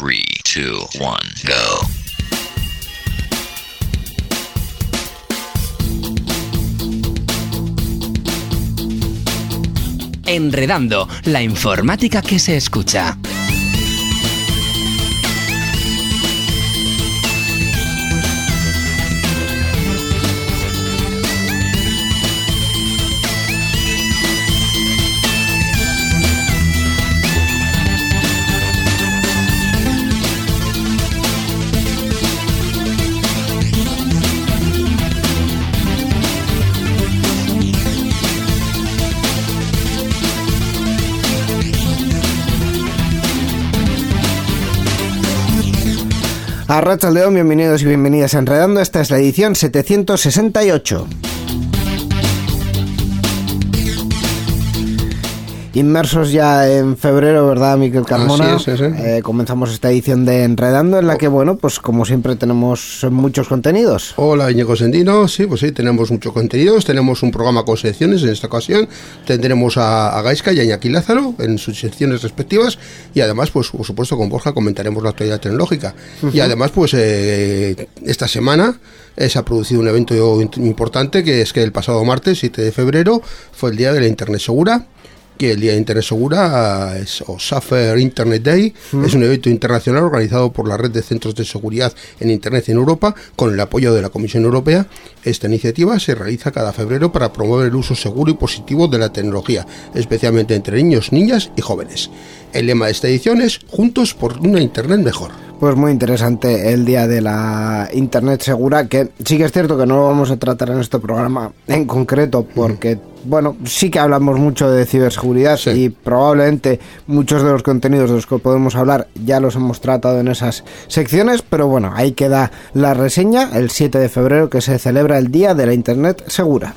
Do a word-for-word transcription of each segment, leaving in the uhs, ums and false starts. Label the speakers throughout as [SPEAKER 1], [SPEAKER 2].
[SPEAKER 1] three, two, one, go.
[SPEAKER 2] Enredando, la informática que se escucha.
[SPEAKER 3] Arratsaldeon, bienvenidos y bienvenidas a Enredando. Esta es la edición setecientos sesenta y ocho. Inmersos ya en febrero, ¿verdad, Miquel Carmona?
[SPEAKER 4] Sí, sí, sí.
[SPEAKER 3] Eh, comenzamos esta edición de Enredando, en la que, bueno, pues como siempre tenemos muchos contenidos.
[SPEAKER 4] Hola, Íñigo Sendino. Sí, pues sí, tenemos muchos contenidos. Tenemos un programa con secciones en esta ocasión. Tendremos a, a Gaizka y a Iñaki Lázaro en sus secciones respectivas. Y además, pues por supuesto, con Borja comentaremos la actualidad tecnológica. Uh-huh. Y además, pues eh, esta semana eh, se ha producido un evento importante, que es que el pasado martes, siete de febrero, fue el Día de la Internet Segura. Que el Día de Internet Segura es, o Safer Internet Day, mm. es un evento internacional organizado por la Red de Centros de Seguridad en Internet en Europa, con el apoyo de la Comisión Europea. Esta iniciativa se realiza cada febrero para promover el uso seguro y positivo de la tecnología, especialmente entre niños, niñas y jóvenes. El lema de esta edición es Juntos por una Internet mejor.
[SPEAKER 3] Pues muy interesante el Día de la Internet Segura, que sí que es cierto que no lo vamos a tratar en este programa en concreto, porque, mm. bueno, sí que hablamos mucho de ciberseguridad, sí. Y probablemente muchos de los contenidos de los que podemos hablar ya los hemos tratado en esas secciones, pero bueno, ahí queda la reseña, el siete de febrero, que se celebra el Día de la Internet Segura.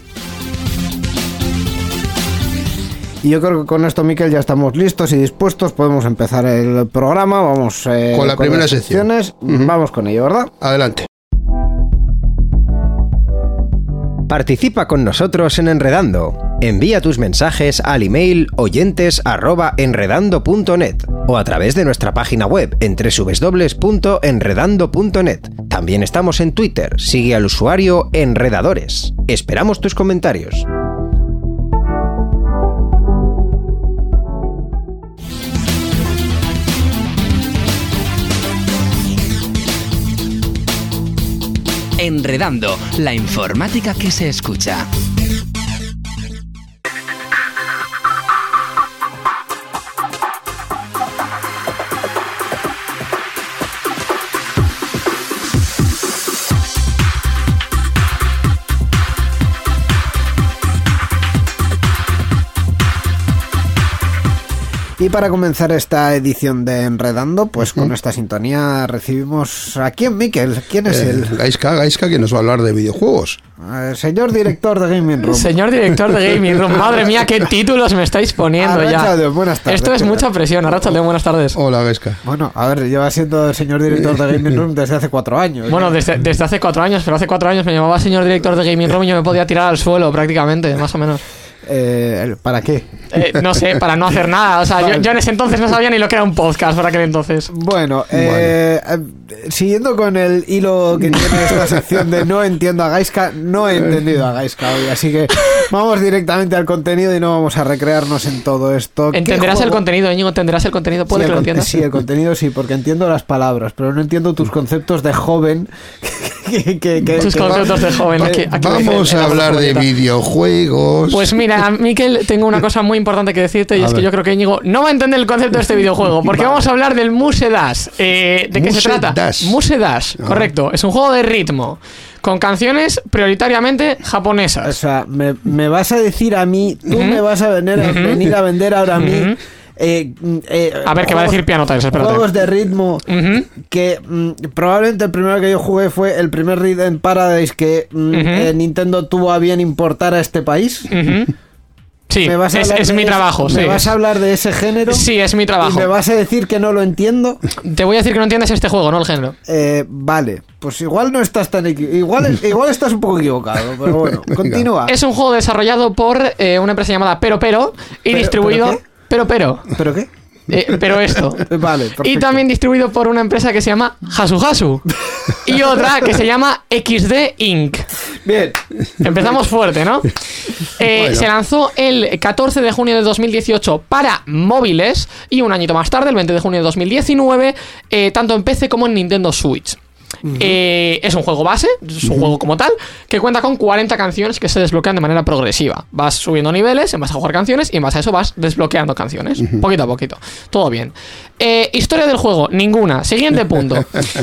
[SPEAKER 3] Y yo creo que con esto, Miquel, ya estamos listos y dispuestos. Podemos empezar el programa. Vamos eh,
[SPEAKER 4] con la con primera sección.
[SPEAKER 3] Uh-huh. Vamos con ello, ¿verdad?
[SPEAKER 4] Adelante.
[SPEAKER 5] Participa con nosotros en Enredando. Envía tus mensajes al email oyentes arroba enredando punto net o a través de nuestra página web en doble u doble u doble u punto enredando punto net. También estamos en Twitter. Sigue al usuario Enredadores. Esperamos tus comentarios.
[SPEAKER 2] Enredando, la informática que se escucha.
[SPEAKER 3] Y para comenzar esta edición de Enredando, pues uh-huh. con esta sintonía recibimos a quién, Miquel. ¿Quién es
[SPEAKER 4] eh,
[SPEAKER 3] él?
[SPEAKER 4] Gaizka, Gaizka, que nos va a hablar de videojuegos.
[SPEAKER 3] Eh, señor director de Gaming Room.
[SPEAKER 6] Señor director de Gaming Room. Madre mía, qué títulos me estáis poniendo ya.
[SPEAKER 3] Dios, buenas tardes.
[SPEAKER 6] Esto es mucha presión. Arratsaldeon, buenas tardes.
[SPEAKER 4] Hola, Gaizka.
[SPEAKER 3] Bueno, a ver, lleva siendo señor director de Gaming Room desde hace cuatro años.
[SPEAKER 6] Bueno, desde, desde hace cuatro años, pero hace cuatro años me llamaba señor director de Gaming Room y yo me podía tirar al suelo prácticamente, más o menos.
[SPEAKER 3] Eh, ¿Para qué?
[SPEAKER 6] Eh, no sé, para no hacer nada. O sea, vale. yo, yo en ese entonces no sabía ni lo que era un podcast para aquel entonces.
[SPEAKER 3] Bueno, eh, bueno. Eh, siguiendo con el hilo que tiene esta sección de no entiendo a Gaizka, no he entendido a Gaizka hoy, así que vamos directamente al contenido y no vamos a recrearnos en todo esto.
[SPEAKER 6] Entenderás el contenido, Íñigo, entenderás el contenido, puede sí, que lo entiendas.
[SPEAKER 3] Sí, el contenido sí, porque entiendo las palabras, pero no entiendo tus conceptos de joven. Que, que, que,
[SPEAKER 6] tus
[SPEAKER 3] que
[SPEAKER 6] conceptos va, de joven.
[SPEAKER 3] Que,
[SPEAKER 6] aquí, aquí
[SPEAKER 4] vamos a hablar de videojuegos.
[SPEAKER 6] Pues mira, Miquel, tengo una cosa muy importante que decirte y a es ver. que yo creo que Íñigo no va a entender el concepto de este videojuego, porque vale. vamos a hablar del Muse Dash. Eh, ¿De qué
[SPEAKER 4] Muse
[SPEAKER 6] se trata?
[SPEAKER 4] Dash.
[SPEAKER 6] Muse Dash, no. correcto. Es un juego de ritmo con canciones prioritariamente japonesas.
[SPEAKER 3] O sea, me, me vas a decir a mí, tú uh-huh. me vas a venir a, uh-huh. venir a vender ahora a mí. Uh-huh. Eh, eh,
[SPEAKER 6] a ver, ¿qué va a decir Piano Times? Espérate.
[SPEAKER 3] Juegos de ritmo uh-huh. que mm, probablemente el primero que yo jugué fue el primer Rhythm Paradise que mm, uh-huh. eh, Nintendo tuvo a bien importar a este país.
[SPEAKER 6] Uh-huh. Sí,
[SPEAKER 3] ¿Me vas a
[SPEAKER 6] es, es mi
[SPEAKER 3] ese,
[SPEAKER 6] trabajo.
[SPEAKER 3] ¿Me
[SPEAKER 6] sí.
[SPEAKER 3] vas a hablar de ese género?
[SPEAKER 6] Sí, es mi trabajo.
[SPEAKER 3] ¿Y me vas a decir que no lo entiendo?
[SPEAKER 6] Te voy a decir que no entiendes este juego, no el género.
[SPEAKER 3] Eh, vale, pues igual no estás tan equi- igual igual estás un poco equivocado, pero bueno, continúa.
[SPEAKER 6] Es un juego desarrollado por eh, una empresa llamada Pero Pero y
[SPEAKER 3] ¿Pero,
[SPEAKER 6] distribuido...
[SPEAKER 3] ¿pero qué?
[SPEAKER 6] Pero Pero.
[SPEAKER 3] ¿Pero qué?
[SPEAKER 6] Eh, pero esto.
[SPEAKER 3] Vale, perfecto.
[SPEAKER 6] Y también distribuido por una empresa que se llama Hasu Hasu. Y otra que se llama equis de incorporated.
[SPEAKER 3] Bien.
[SPEAKER 6] Empezamos fuerte, ¿no? Eh,
[SPEAKER 4] Bueno.
[SPEAKER 6] Se lanzó el catorce de junio de dos mil dieciocho para móviles y un añito más tarde, el veinte de junio de dos mil diecinueve, eh, tanto en P C como en Nintendo Switch. Uh-huh. Eh, es un juego base, es un uh-huh. juego como tal, que cuenta con cuarenta canciones que se desbloquean de manera progresiva. Vas subiendo niveles, en base a jugar canciones, y en base a eso vas desbloqueando canciones, uh-huh. poquito a poquito. Todo bien. Eh, historia del juego, ninguna. Siguiente punto.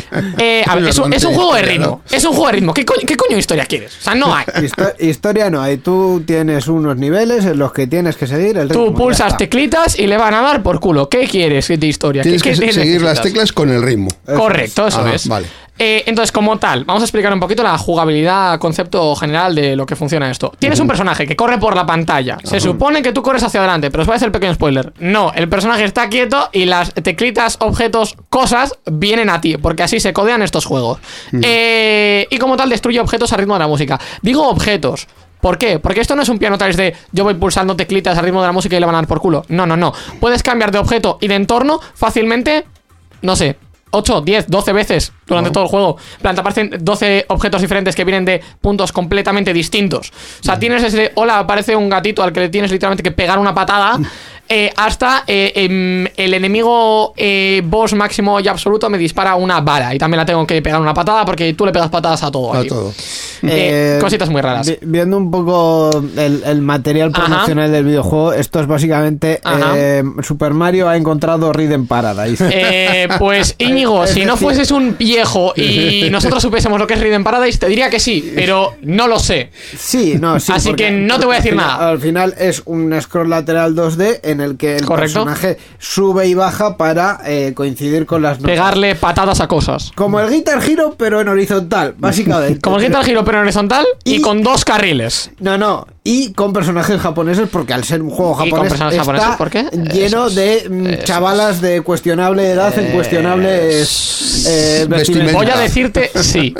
[SPEAKER 6] Eh, a ver, es un, es un juego de ritmo. Es un juego de ritmo. ¿Qué coño, ¿Qué coño de historia quieres? O sea, no hay.
[SPEAKER 3] Histo- historia no hay. Tú tienes unos niveles en los que tienes que seguir el ritmo.
[SPEAKER 6] Tú pulsas teclitas y le van a dar por culo. ¿Qué quieres de historia?
[SPEAKER 4] Tienes
[SPEAKER 6] ¿Qué,
[SPEAKER 4] que
[SPEAKER 6] qué
[SPEAKER 4] seguir
[SPEAKER 6] necesitas?
[SPEAKER 4] las teclas con el ritmo.
[SPEAKER 6] Correcto, eso
[SPEAKER 4] Ah,
[SPEAKER 6] es.
[SPEAKER 4] vale.
[SPEAKER 6] Eh, entonces, como tal, vamos a explicar un poquito la jugabilidad, concepto general de lo que funciona esto. Tienes uh-huh. un personaje que corre por la pantalla. Se uh-huh. supone que tú corres hacia adelante, pero os voy a hacer el pequeño spoiler. No, el personaje está quieto y las teclitas, objetos, cosas vienen a ti, porque así se codean estos juegos. Uh-huh. Eh, y como tal, destruye objetos al ritmo de la música. Digo objetos. ¿Por qué? Porque esto no es un piano tal de yo voy pulsando teclitas al ritmo de la música y le van a dar por culo. No, no, no. Puedes cambiar de objeto y de entorno fácilmente, no sé, ocho, diez, doce veces durante no. todo el juego. En plan, te aparecen doce objetos diferentes que vienen de puntos completamente distintos. O sea, no. tienes ese... Hola, aparece un gatito al que le tienes literalmente que pegar una patada... Eh, hasta eh, eh, el enemigo eh, boss máximo y absoluto me dispara una bala y también la tengo que pegar una patada porque tú le pegas patadas a todo.
[SPEAKER 4] A
[SPEAKER 6] ahí.
[SPEAKER 4] todo.
[SPEAKER 6] Eh, eh, cositas muy raras.
[SPEAKER 3] Vi- viendo un poco el, el material promocional Ajá. del videojuego, esto es básicamente eh, Super Mario ha encontrado Rhythm Paradise.
[SPEAKER 6] Eh, pues Íñigo, si no fueses un viejo y nosotros supiésemos lo que es Rhythm Paradise, te diría que sí, pero no lo sé.
[SPEAKER 3] Sí, no, sí.
[SPEAKER 6] Así
[SPEAKER 3] porque,
[SPEAKER 6] que no te voy a decir
[SPEAKER 3] al final,
[SPEAKER 6] nada.
[SPEAKER 3] Al final es un scroll lateral dos D en el que el
[SPEAKER 6] Correcto.
[SPEAKER 3] personaje sube y baja para eh, coincidir con las notas.
[SPEAKER 6] Pegarle patadas a cosas.
[SPEAKER 3] Como el Guitar Hero, pero en horizontal, básicamente.
[SPEAKER 6] Como el Guitar Hero, pero en horizontal y, y con dos carriles.
[SPEAKER 3] No, no. Y con personajes japoneses, porque al ser un juego japonés está
[SPEAKER 6] japoneses, ¿por qué?
[SPEAKER 3] lleno
[SPEAKER 6] Eso,
[SPEAKER 3] de mm,
[SPEAKER 6] eso,
[SPEAKER 3] chavalas de cuestionable edad en cuestionables eh, vestimenta.
[SPEAKER 6] Voy a decirte sí.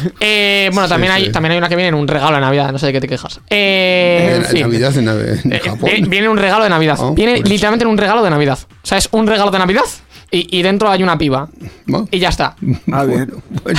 [SPEAKER 6] Eh, bueno, también, sí, hay, sí. también hay una que viene en un regalo de Navidad, no sé de qué te quejas. Eh,
[SPEAKER 4] en, en Navidad en, en Japón.
[SPEAKER 6] Eh, viene un regalo de Navidad. Oh, viene pues. literalmente en un regalo de Navidad. O sea, es un regalo de Navidad y, y dentro hay una piba. ¿No? Y ya está.
[SPEAKER 3] Ah, bien.
[SPEAKER 4] Bueno.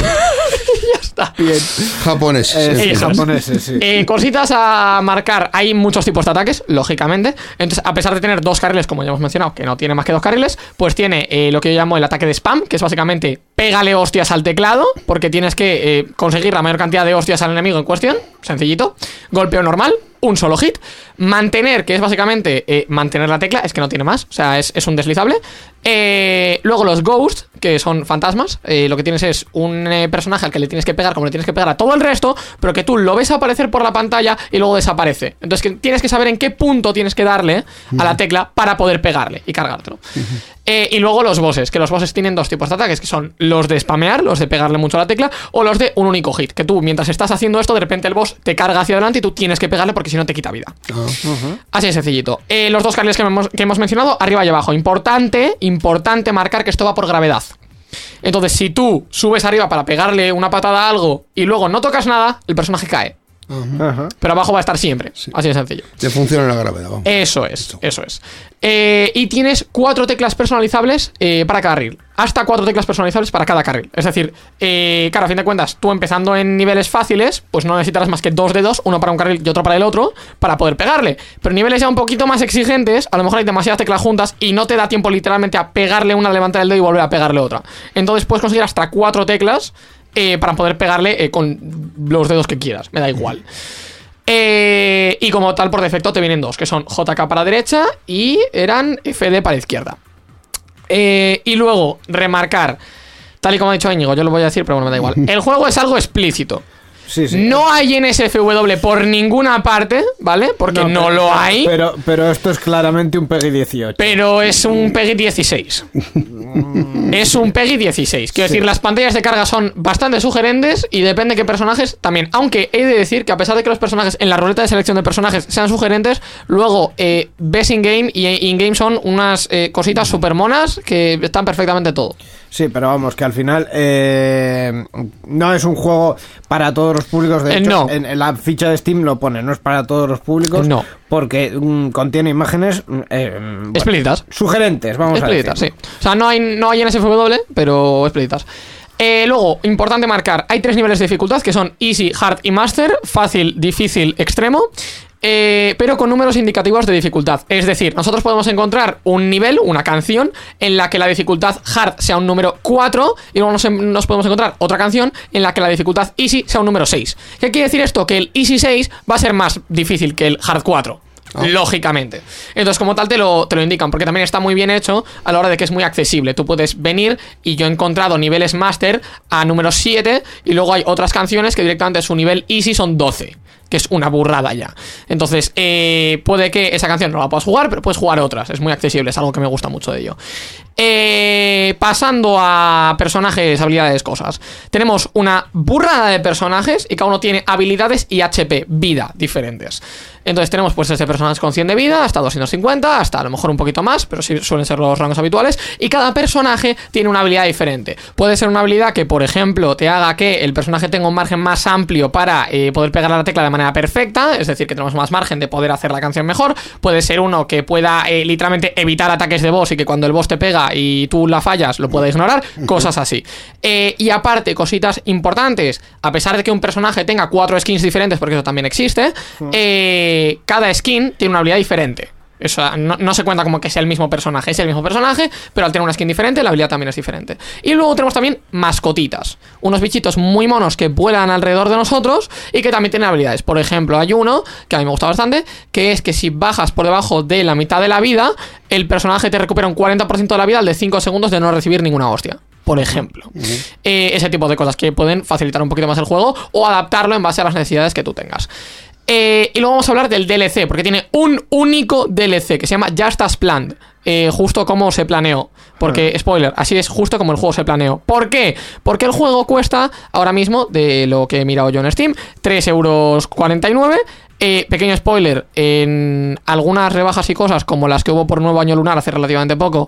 [SPEAKER 6] Ya está.
[SPEAKER 3] Bien.
[SPEAKER 4] Japoneses.
[SPEAKER 3] Eh, sí, japoneses, sí.
[SPEAKER 6] Eh, cositas a marcar. Hay muchos tipos de ataques, lógicamente. Entonces, a pesar de tener dos carriles, como ya hemos mencionado, que no tiene más que dos carriles, pues tiene eh, lo que yo llamo el ataque de spam, que es básicamente pégale hostias al teclado, porque tienes que eh, conseguir la mayor cantidad de hostias al enemigo en cuestión. Sencillito. Golpeo normal, un solo hit. Mantener, que es básicamente eh, mantener la tecla, es que no tiene más, o sea, es, es un deslizable. Eh, luego los ghosts, que son fantasmas. Eh, lo que tienes es un eh, personaje al que le tienes que pegar como le tienes que pegar a todo el resto, pero que tú lo ves aparecer por la pantalla y luego desaparece. Entonces que tienes que saber en qué punto tienes que darle a la tecla para poder pegarle y cargártelo. Uh-huh. Eh, y luego los bosses, que los bosses tienen dos tipos de ataques, que son los de spamear, los de pegarle mucho a la tecla, o los de un único hit, que tú mientras estás haciendo esto, de repente el boss te carga hacia adelante y tú tienes que pegarle porque si no te quita vida. Uh-huh. Así de sencillito. Eh, los dos carriles que hemos, que hemos mencionado, arriba y abajo. Importante, importante marcar que esto va por gravedad. Entonces, si tú subes arriba para pegarle una patada a algo y luego no tocas nada, el personaje cae. Uh-huh. Pero abajo va a estar siempre, sí. Así de sencillo.
[SPEAKER 4] Te funciona la gravedad, vamos.
[SPEAKER 6] Eso es, Esto. eso es eh, Y tienes cuatro teclas personalizables eh, para cada carril. Hasta cuatro teclas personalizables para cada carril. Es decir, eh, claro, a fin de cuentas, tú empezando en niveles fáciles, pues no necesitarás más que dos dedos, uno para un carril y otro para el otro, para poder pegarle. Pero niveles ya un poquito más exigentes, a lo mejor hay demasiadas teclas juntas y no te da tiempo literalmente a pegarle una, levantar el dedo y volver a pegarle otra. Entonces puedes conseguir hasta cuatro teclas eh, para poder pegarle eh, con los dedos que quieras, me da igual. Eh, y como tal, por defecto te vienen dos, que son J K para la derecha y eran F D para la izquierda. Eh, y luego, remarcar, tal y como ha dicho Íñigo, yo lo voy a decir, pero bueno, me da igual. El juego es algo explícito.
[SPEAKER 3] Sí, sí.
[SPEAKER 6] No hay N S F W por ninguna parte, ¿vale? Porque no, no
[SPEAKER 3] pero,
[SPEAKER 6] lo hay.
[SPEAKER 3] Pero, pero esto es claramente un PEGI dieciocho.
[SPEAKER 6] Pero es un PEGI dieciséis. Es un PEGI dieciséis. Quiero sí. decir, las pantallas de carga son bastante sugerentes y depende de qué personajes también. Aunque he de decir que a pesar de que los personajes en la ruleta de selección de personajes sean sugerentes, luego eh, ves in-game y in-game son unas eh, cositas super monas que están perfectamente todo.
[SPEAKER 3] Sí, pero vamos, que al final eh, no es un juego para todos los los públicos. De
[SPEAKER 6] Eh,
[SPEAKER 3] hecho,
[SPEAKER 6] no.
[SPEAKER 3] en, en la ficha de Steam lo pone, no es para todos los públicos.
[SPEAKER 6] No.
[SPEAKER 3] Porque mm, contiene imágenes eh, bueno,
[SPEAKER 6] Explícitas.
[SPEAKER 3] sugerentes, vamos
[SPEAKER 6] Explícitas,
[SPEAKER 3] a
[SPEAKER 6] sí.
[SPEAKER 3] decir.
[SPEAKER 6] O sea, no hay, no hay N S F W, pero explícitas. Eh, luego, importante marcar, hay tres niveles de dificultad que son Easy, Hard y Master, fácil, difícil, extremo, eh, pero con números indicativos de dificultad. Es decir, nosotros podemos encontrar un nivel, una canción, en la que la dificultad Hard sea un número cuatro y luego nos, nos podemos encontrar otra canción en la que la dificultad Easy sea un número seis. ¿Qué quiere decir esto? Que el Easy seis va a ser más difícil que el Hard cuatro. Oh. Lógicamente. Entonces, como tal, te lo, te lo indican, porque también está muy bien hecho a la hora de que es muy accesible. Tú puedes venir, y yo he encontrado niveles Master a número siete, y luego hay otras canciones que directamente su nivel Easy son doce, que es una burrada ya. Entonces, eh, puede que esa canción no la puedas jugar, pero puedes jugar otras. Es muy accesible, es algo que me gusta mucho de ello. Eh, pasando a personajes, habilidades, cosas. Tenemos una burrada de personajes y cada uno tiene habilidades y H P, vida, diferentes. Entonces tenemos pues desde personajes con cien de vida hasta doscientos cincuenta, hasta a lo mejor un poquito más, pero sí suelen ser los rangos habituales. Y cada personaje tiene una habilidad diferente. Puede ser una habilidad que, por ejemplo, te haga que el personaje tenga un margen más amplio para eh, poder pegar a la tecla de manera perfecta, es decir, que tenemos más margen de poder hacer la canción mejor. Puede ser uno que pueda eh, literalmente evitar ataques de boss y que cuando el boss te pega y tú la fallas lo pueda ignorar, cosas así. Eh, y aparte, cositas importantes, a pesar de que un personaje tenga cuatro skins diferentes, porque eso también existe, eh cada skin tiene una habilidad diferente. O sea, no, no se cuenta como que sea el mismo personaje, es el mismo personaje, pero al tener una skin diferente, la habilidad también es diferente. Y luego tenemos también mascotitas, unos bichitos muy monos que vuelan alrededor de nosotros y que también tienen habilidades. Por ejemplo, hay uno que a mí me gusta bastante, que es que si bajas por debajo de la mitad de la vida, el personaje te recupera un cuarenta por ciento de la vida al de cinco segundos de no recibir ninguna hostia. Por ejemplo, uh-huh. eh, ese tipo de cosas que pueden facilitar un poquito más el juego o adaptarlo en base a las necesidades que tú tengas. Eh, y luego vamos a hablar del D L C, porque tiene un único D L C que se llama Just As Planned, eh, justo como se planeó. Porque, spoiler, así es justo como el juego se planeó. ¿Por qué? Porque el juego cuesta ahora mismo, de lo que he mirado yo en Steam, tres euros cuarenta y nueve. Eh, pequeño spoiler, en algunas rebajas y cosas como las que hubo por Nuevo Año Lunar hace relativamente poco,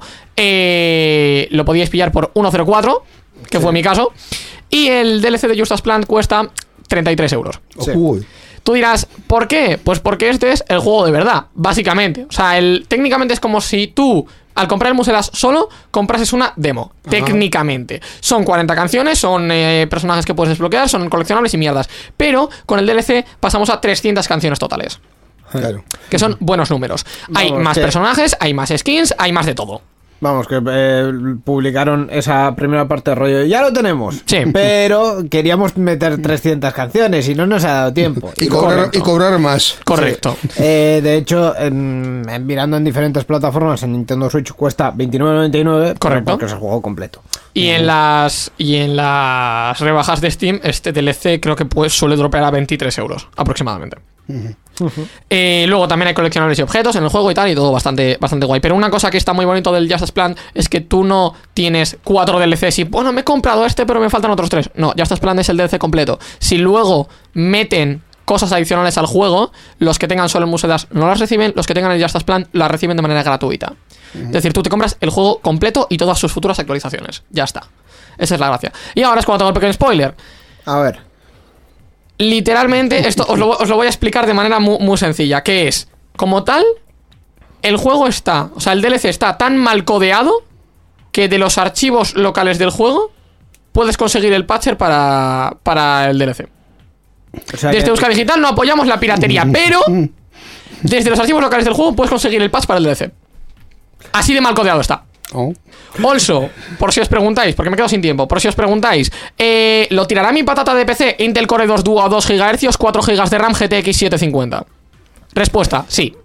[SPEAKER 6] eh, lo podíais pillar por uno cero cuatro, que sí. Fue mi caso. Y el D L C de Just As Planned cuesta treinta y tres euros.
[SPEAKER 4] Sí. Uy.
[SPEAKER 6] Tú dirás, ¿por qué? Pues porque este es el juego de verdad, básicamente. O sea, el, técnicamente es como si tú, al comprar el Muselas solo, comprases una demo. Ajá. Técnicamente. Son cuarenta canciones, son eh, personajes que puedes desbloquear, son coleccionables y mierdas. Pero con el D L C pasamos a trescientas canciones totales.
[SPEAKER 4] Claro. Que
[SPEAKER 6] son buenos números. Vamos, hay más que... personajes, hay más skins, hay más de todo.
[SPEAKER 3] Vamos, que eh, publicaron esa primera parte de rollo. Ya lo tenemos.
[SPEAKER 6] Sí.
[SPEAKER 3] Pero queríamos meter trescientas canciones y no nos ha dado tiempo.
[SPEAKER 4] Y, cobrar, y cobrar más.
[SPEAKER 6] Correcto.
[SPEAKER 3] Sí. Eh, de hecho, en, en, mirando en diferentes plataformas, en Nintendo Switch cuesta veintinueve noventa y nueve.
[SPEAKER 6] Correcto.
[SPEAKER 3] Porque es el juego completo.
[SPEAKER 6] Y en las y en las rebajas de Steam, este D L C creo que pues, suele dropear a veintitrés euros aproximadamente. Uh-huh. Uh-huh. Eh, luego también hay coleccionables y objetos en el juego y tal, y todo bastante, bastante guay. Pero una cosa que está muy bonito del Just As Planned es que tú no tienes cuatro D L Cs y, bueno, me he comprado este pero me faltan otros tres. No, Just As Planned es el D L C completo. Si luego meten cosas adicionales al juego, los que tengan solo el Muselas no las reciben, los que tengan el Just As Planned las reciben de manera gratuita. Uh-huh. Es decir, tú te compras el juego completo y todas sus futuras actualizaciones. Ya está. Esa es la gracia. Y ahora es cuando tengo el pequeño spoiler.
[SPEAKER 3] A ver.
[SPEAKER 6] Literalmente, esto os lo, os lo voy a explicar de manera muy, muy sencilla. Que es, como tal, el juego está, o sea, el D L C está tan mal codeado que de los archivos locales del juego puedes conseguir el patcher para, para el D L C. O sea, desde que... Euskadi Digital no apoyamos la piratería, pero desde los archivos locales del juego puedes conseguir el patch para el D L C. Así de mal codeado está. Oh. Also, por si os preguntáis, porque me quedo sin tiempo, por si os preguntáis, eh, ¿lo tirará mi patata de P C? Intel Core dos Duo a dos gigahercios, cuatro gigas de RAM, G T X setecientos cincuenta. Respuesta, sí.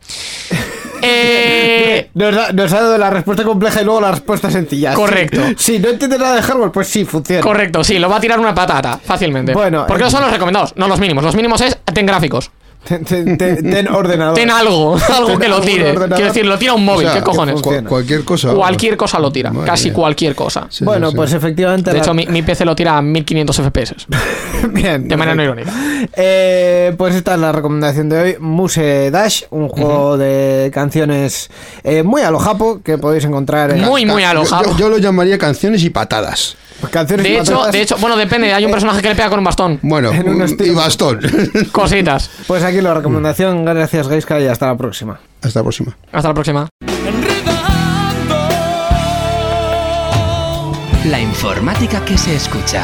[SPEAKER 6] Eh...
[SPEAKER 3] Nos, da, nos ha dado la respuesta compleja y luego la respuesta sencilla.
[SPEAKER 6] Correcto.
[SPEAKER 3] Si no entiendes nada de hardware, pues sí, funciona.
[SPEAKER 6] Correcto, sí, lo va a tirar una patata fácilmente. Bueno, porque eh... no son los recomendados, no los mínimos. Los mínimos es ten gráficos.
[SPEAKER 3] Ten, ten, ten, ten ordenador.
[SPEAKER 6] Ten algo, algo ten que lo tire. Quiero decir, lo tira un móvil, o sea, ¿qué cojones?
[SPEAKER 4] Cu- cualquier cosa.
[SPEAKER 6] Cualquier cosa lo tira, Madre casi mía. cualquier cosa.
[SPEAKER 3] Sí, bueno, sí, pues sí. efectivamente.
[SPEAKER 6] De
[SPEAKER 3] la...
[SPEAKER 6] hecho, mi, mi P C lo tira a mil quinientos F P S.
[SPEAKER 3] Bien.
[SPEAKER 6] De manera no irónica.
[SPEAKER 3] Eh, pues esta es la recomendación de hoy: Muse Dash, un juego uh-huh. de canciones eh, muy a lo japo que podéis encontrar en.
[SPEAKER 6] Muy, muy a lo japo.
[SPEAKER 4] Yo, yo, yo lo llamaría canciones y patadas.
[SPEAKER 3] Canciones
[SPEAKER 6] De hecho,
[SPEAKER 3] matonas.
[SPEAKER 6] de hecho, bueno, depende, hay un personaje que le pega con un bastón.
[SPEAKER 4] Bueno,
[SPEAKER 3] En un
[SPEAKER 4] y
[SPEAKER 3] estilo.
[SPEAKER 4] bastón.
[SPEAKER 6] Cositas.
[SPEAKER 3] Pues aquí la recomendación. Gracias, Gaiska, y hasta la próxima.
[SPEAKER 4] Hasta la próxima.
[SPEAKER 6] Hasta la próxima.
[SPEAKER 2] La informática que se escucha.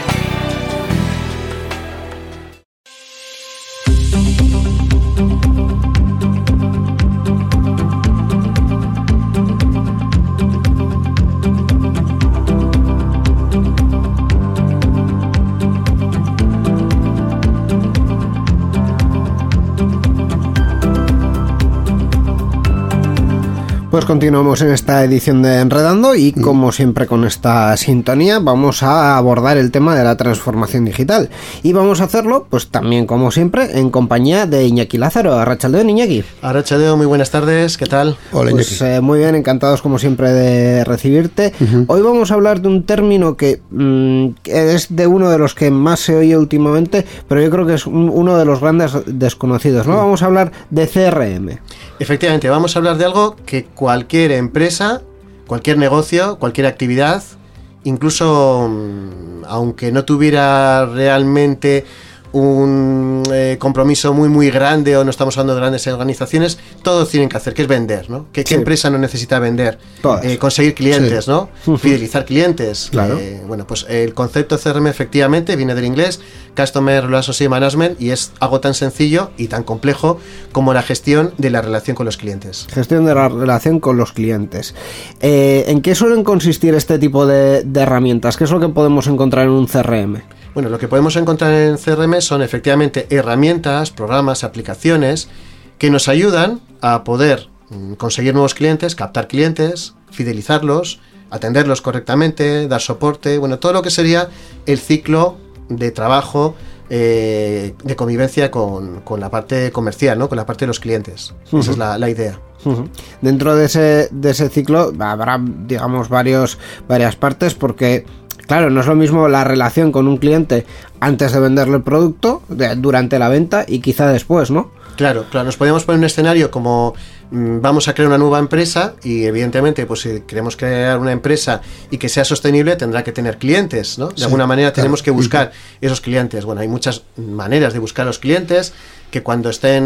[SPEAKER 3] Pues continuamos en esta edición de Enredando y como siempre con esta sintonía vamos a abordar el tema de la transformación digital y vamos a hacerlo pues también como siempre en compañía de Iñaki Lázaro. Arratsaldeon, Iñaki.
[SPEAKER 7] Arratsaldeon, muy buenas tardes, ¿qué tal?
[SPEAKER 4] Hola,
[SPEAKER 3] Pues
[SPEAKER 4] Iñaki.
[SPEAKER 3] eh, muy bien, encantados como siempre de recibirte. Uh-huh. Hoy vamos a hablar de un término que, mmm, que es de uno de los que más se oye últimamente, pero yo creo que es un, uno de los grandes desconocidos, ¿no? Uh-huh. Vamos a hablar de C R M.
[SPEAKER 7] Efectivamente, vamos a hablar de algo que cualquier empresa, cualquier negocio, cualquier actividad, incluso aunque no tuviera realmente un eh, compromiso muy muy grande o no estamos hablando de grandes organizaciones, todos tienen que hacer, que es vender, ¿no? ¿Qué, sí. ¿Qué empresa no necesita vender? Eh, conseguir clientes, sí. ¿no? Uh-huh. Fidelizar clientes.
[SPEAKER 3] Claro.
[SPEAKER 7] Eh, bueno, pues el concepto C R M efectivamente viene del inglés Customer Relationship Management y es algo tan sencillo y tan complejo como la gestión de la relación con los clientes.
[SPEAKER 3] Gestión de la relación con los clientes. Eh, ¿En qué suelen consistir este tipo de, de herramientas? ¿Qué es lo que podemos encontrar en un C R M?
[SPEAKER 7] Bueno, lo que podemos encontrar en C R M son efectivamente herramientas, programas, aplicaciones que nos ayudan a poder conseguir nuevos clientes, captar clientes, fidelizarlos, atenderlos correctamente, dar soporte, bueno, todo lo que sería el ciclo de trabajo, eh, de convivencia con, con la parte comercial, ¿no? Con la parte de los clientes. Uh-huh. Esa es la, la idea.
[SPEAKER 3] Uh-huh. Dentro de ese, de ese ciclo habrá, digamos, varios, varias partes porque... Claro, no es lo mismo la relación con un cliente antes de venderle el producto, de, durante la venta y quizá después, ¿no?
[SPEAKER 7] Claro, claro, nos podemos poner un escenario como mmm, vamos a crear una nueva empresa y evidentemente pues si queremos crear una empresa y que sea sostenible tendrá que tener clientes, ¿no? De sí, alguna manera claro. Tenemos que buscar esos clientes. Bueno, hay muchas maneras de buscar los clientes que cuando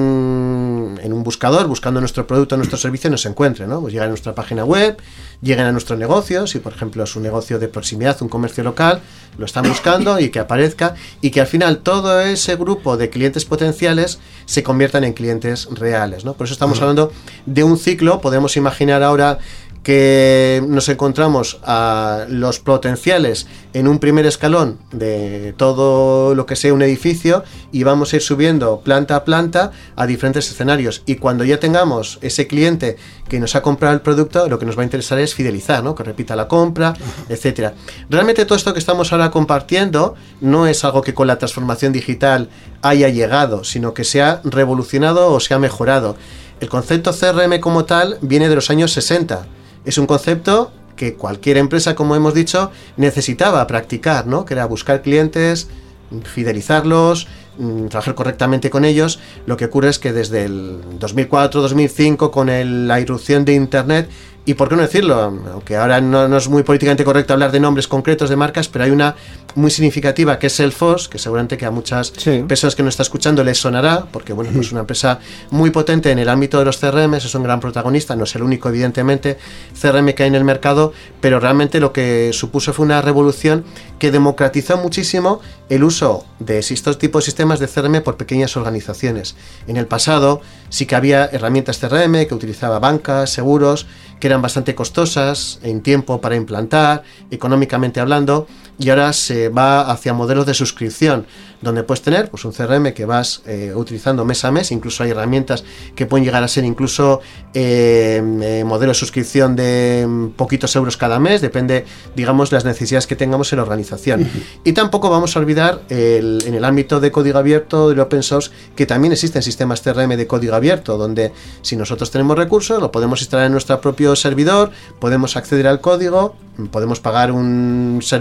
[SPEAKER 7] estén en un buscador buscando nuestro producto, nuestro servicio nos encuentren, ¿no? Pues llegan a nuestra página web, lleguen a nuestro negocio, si por ejemplo es un negocio de proximidad, un comercio local, lo están buscando y que aparezca y que al final todo ese grupo de clientes potenciales se conviertan en clientes reales, ¿no? Por eso estamos hablando de un ciclo. Podemos imaginar ahora que nos encontramos a los potenciales en un primer escalón de todo lo que sea un edificio y vamos a ir subiendo planta a planta a diferentes escenarios y cuando ya tengamos ese cliente que nos ha comprado el producto, lo que nos va a interesar es fidelizar, ¿no? Que repita la compra, etcétera. Realmente todo esto que estamos ahora compartiendo no es algo que con la transformación digital haya llegado, sino que se ha revolucionado o se ha mejorado. El concepto C R M como tal viene de los años sesenta. Es un concepto que cualquier empresa, como hemos dicho, necesitaba practicar, ¿no? Que era buscar clientes, fidelizarlos, trabajar correctamente con ellos. Lo que ocurre es que desde el dos mil cuatro dos mil cinco, con el, la irrupción de Internet, y por qué no decirlo, aunque ahora no, no es muy políticamente correcto hablar de nombres concretos de marcas, pero hay una muy significativa que es Salesforce, que seguramente que a muchas sí. personas que nos está escuchando les sonará, porque bueno, pues es una empresa muy potente en el ámbito de los C R Ms, es un gran protagonista, no es el único evidentemente C R M que hay en el mercado, pero realmente lo que supuso fue una revolución que democratizó muchísimo el uso de estos tipos de sistemas de C R M por pequeñas organizaciones. En el pasado sí que había herramientas C R M que utilizaba bancas, seguros, que eran bastante costosas en tiempo para implantar, económicamente hablando, y ahora se va hacia modelos de suscripción, donde puedes tener pues un C R M que vas eh, utilizando mes a mes, incluso hay herramientas que pueden llegar a ser incluso eh, eh, modelos de suscripción de poquitos euros cada mes, depende, digamos, las necesidades que tengamos en la organización. Uh-huh. Y tampoco vamos a olvidar el, en el ámbito de código abierto, del open source, que también existen sistemas C R M de código abierto, donde si nosotros tenemos recursos, lo podemos instalar en nuestro propio servidor, podemos acceder al código, podemos pagar un servicio de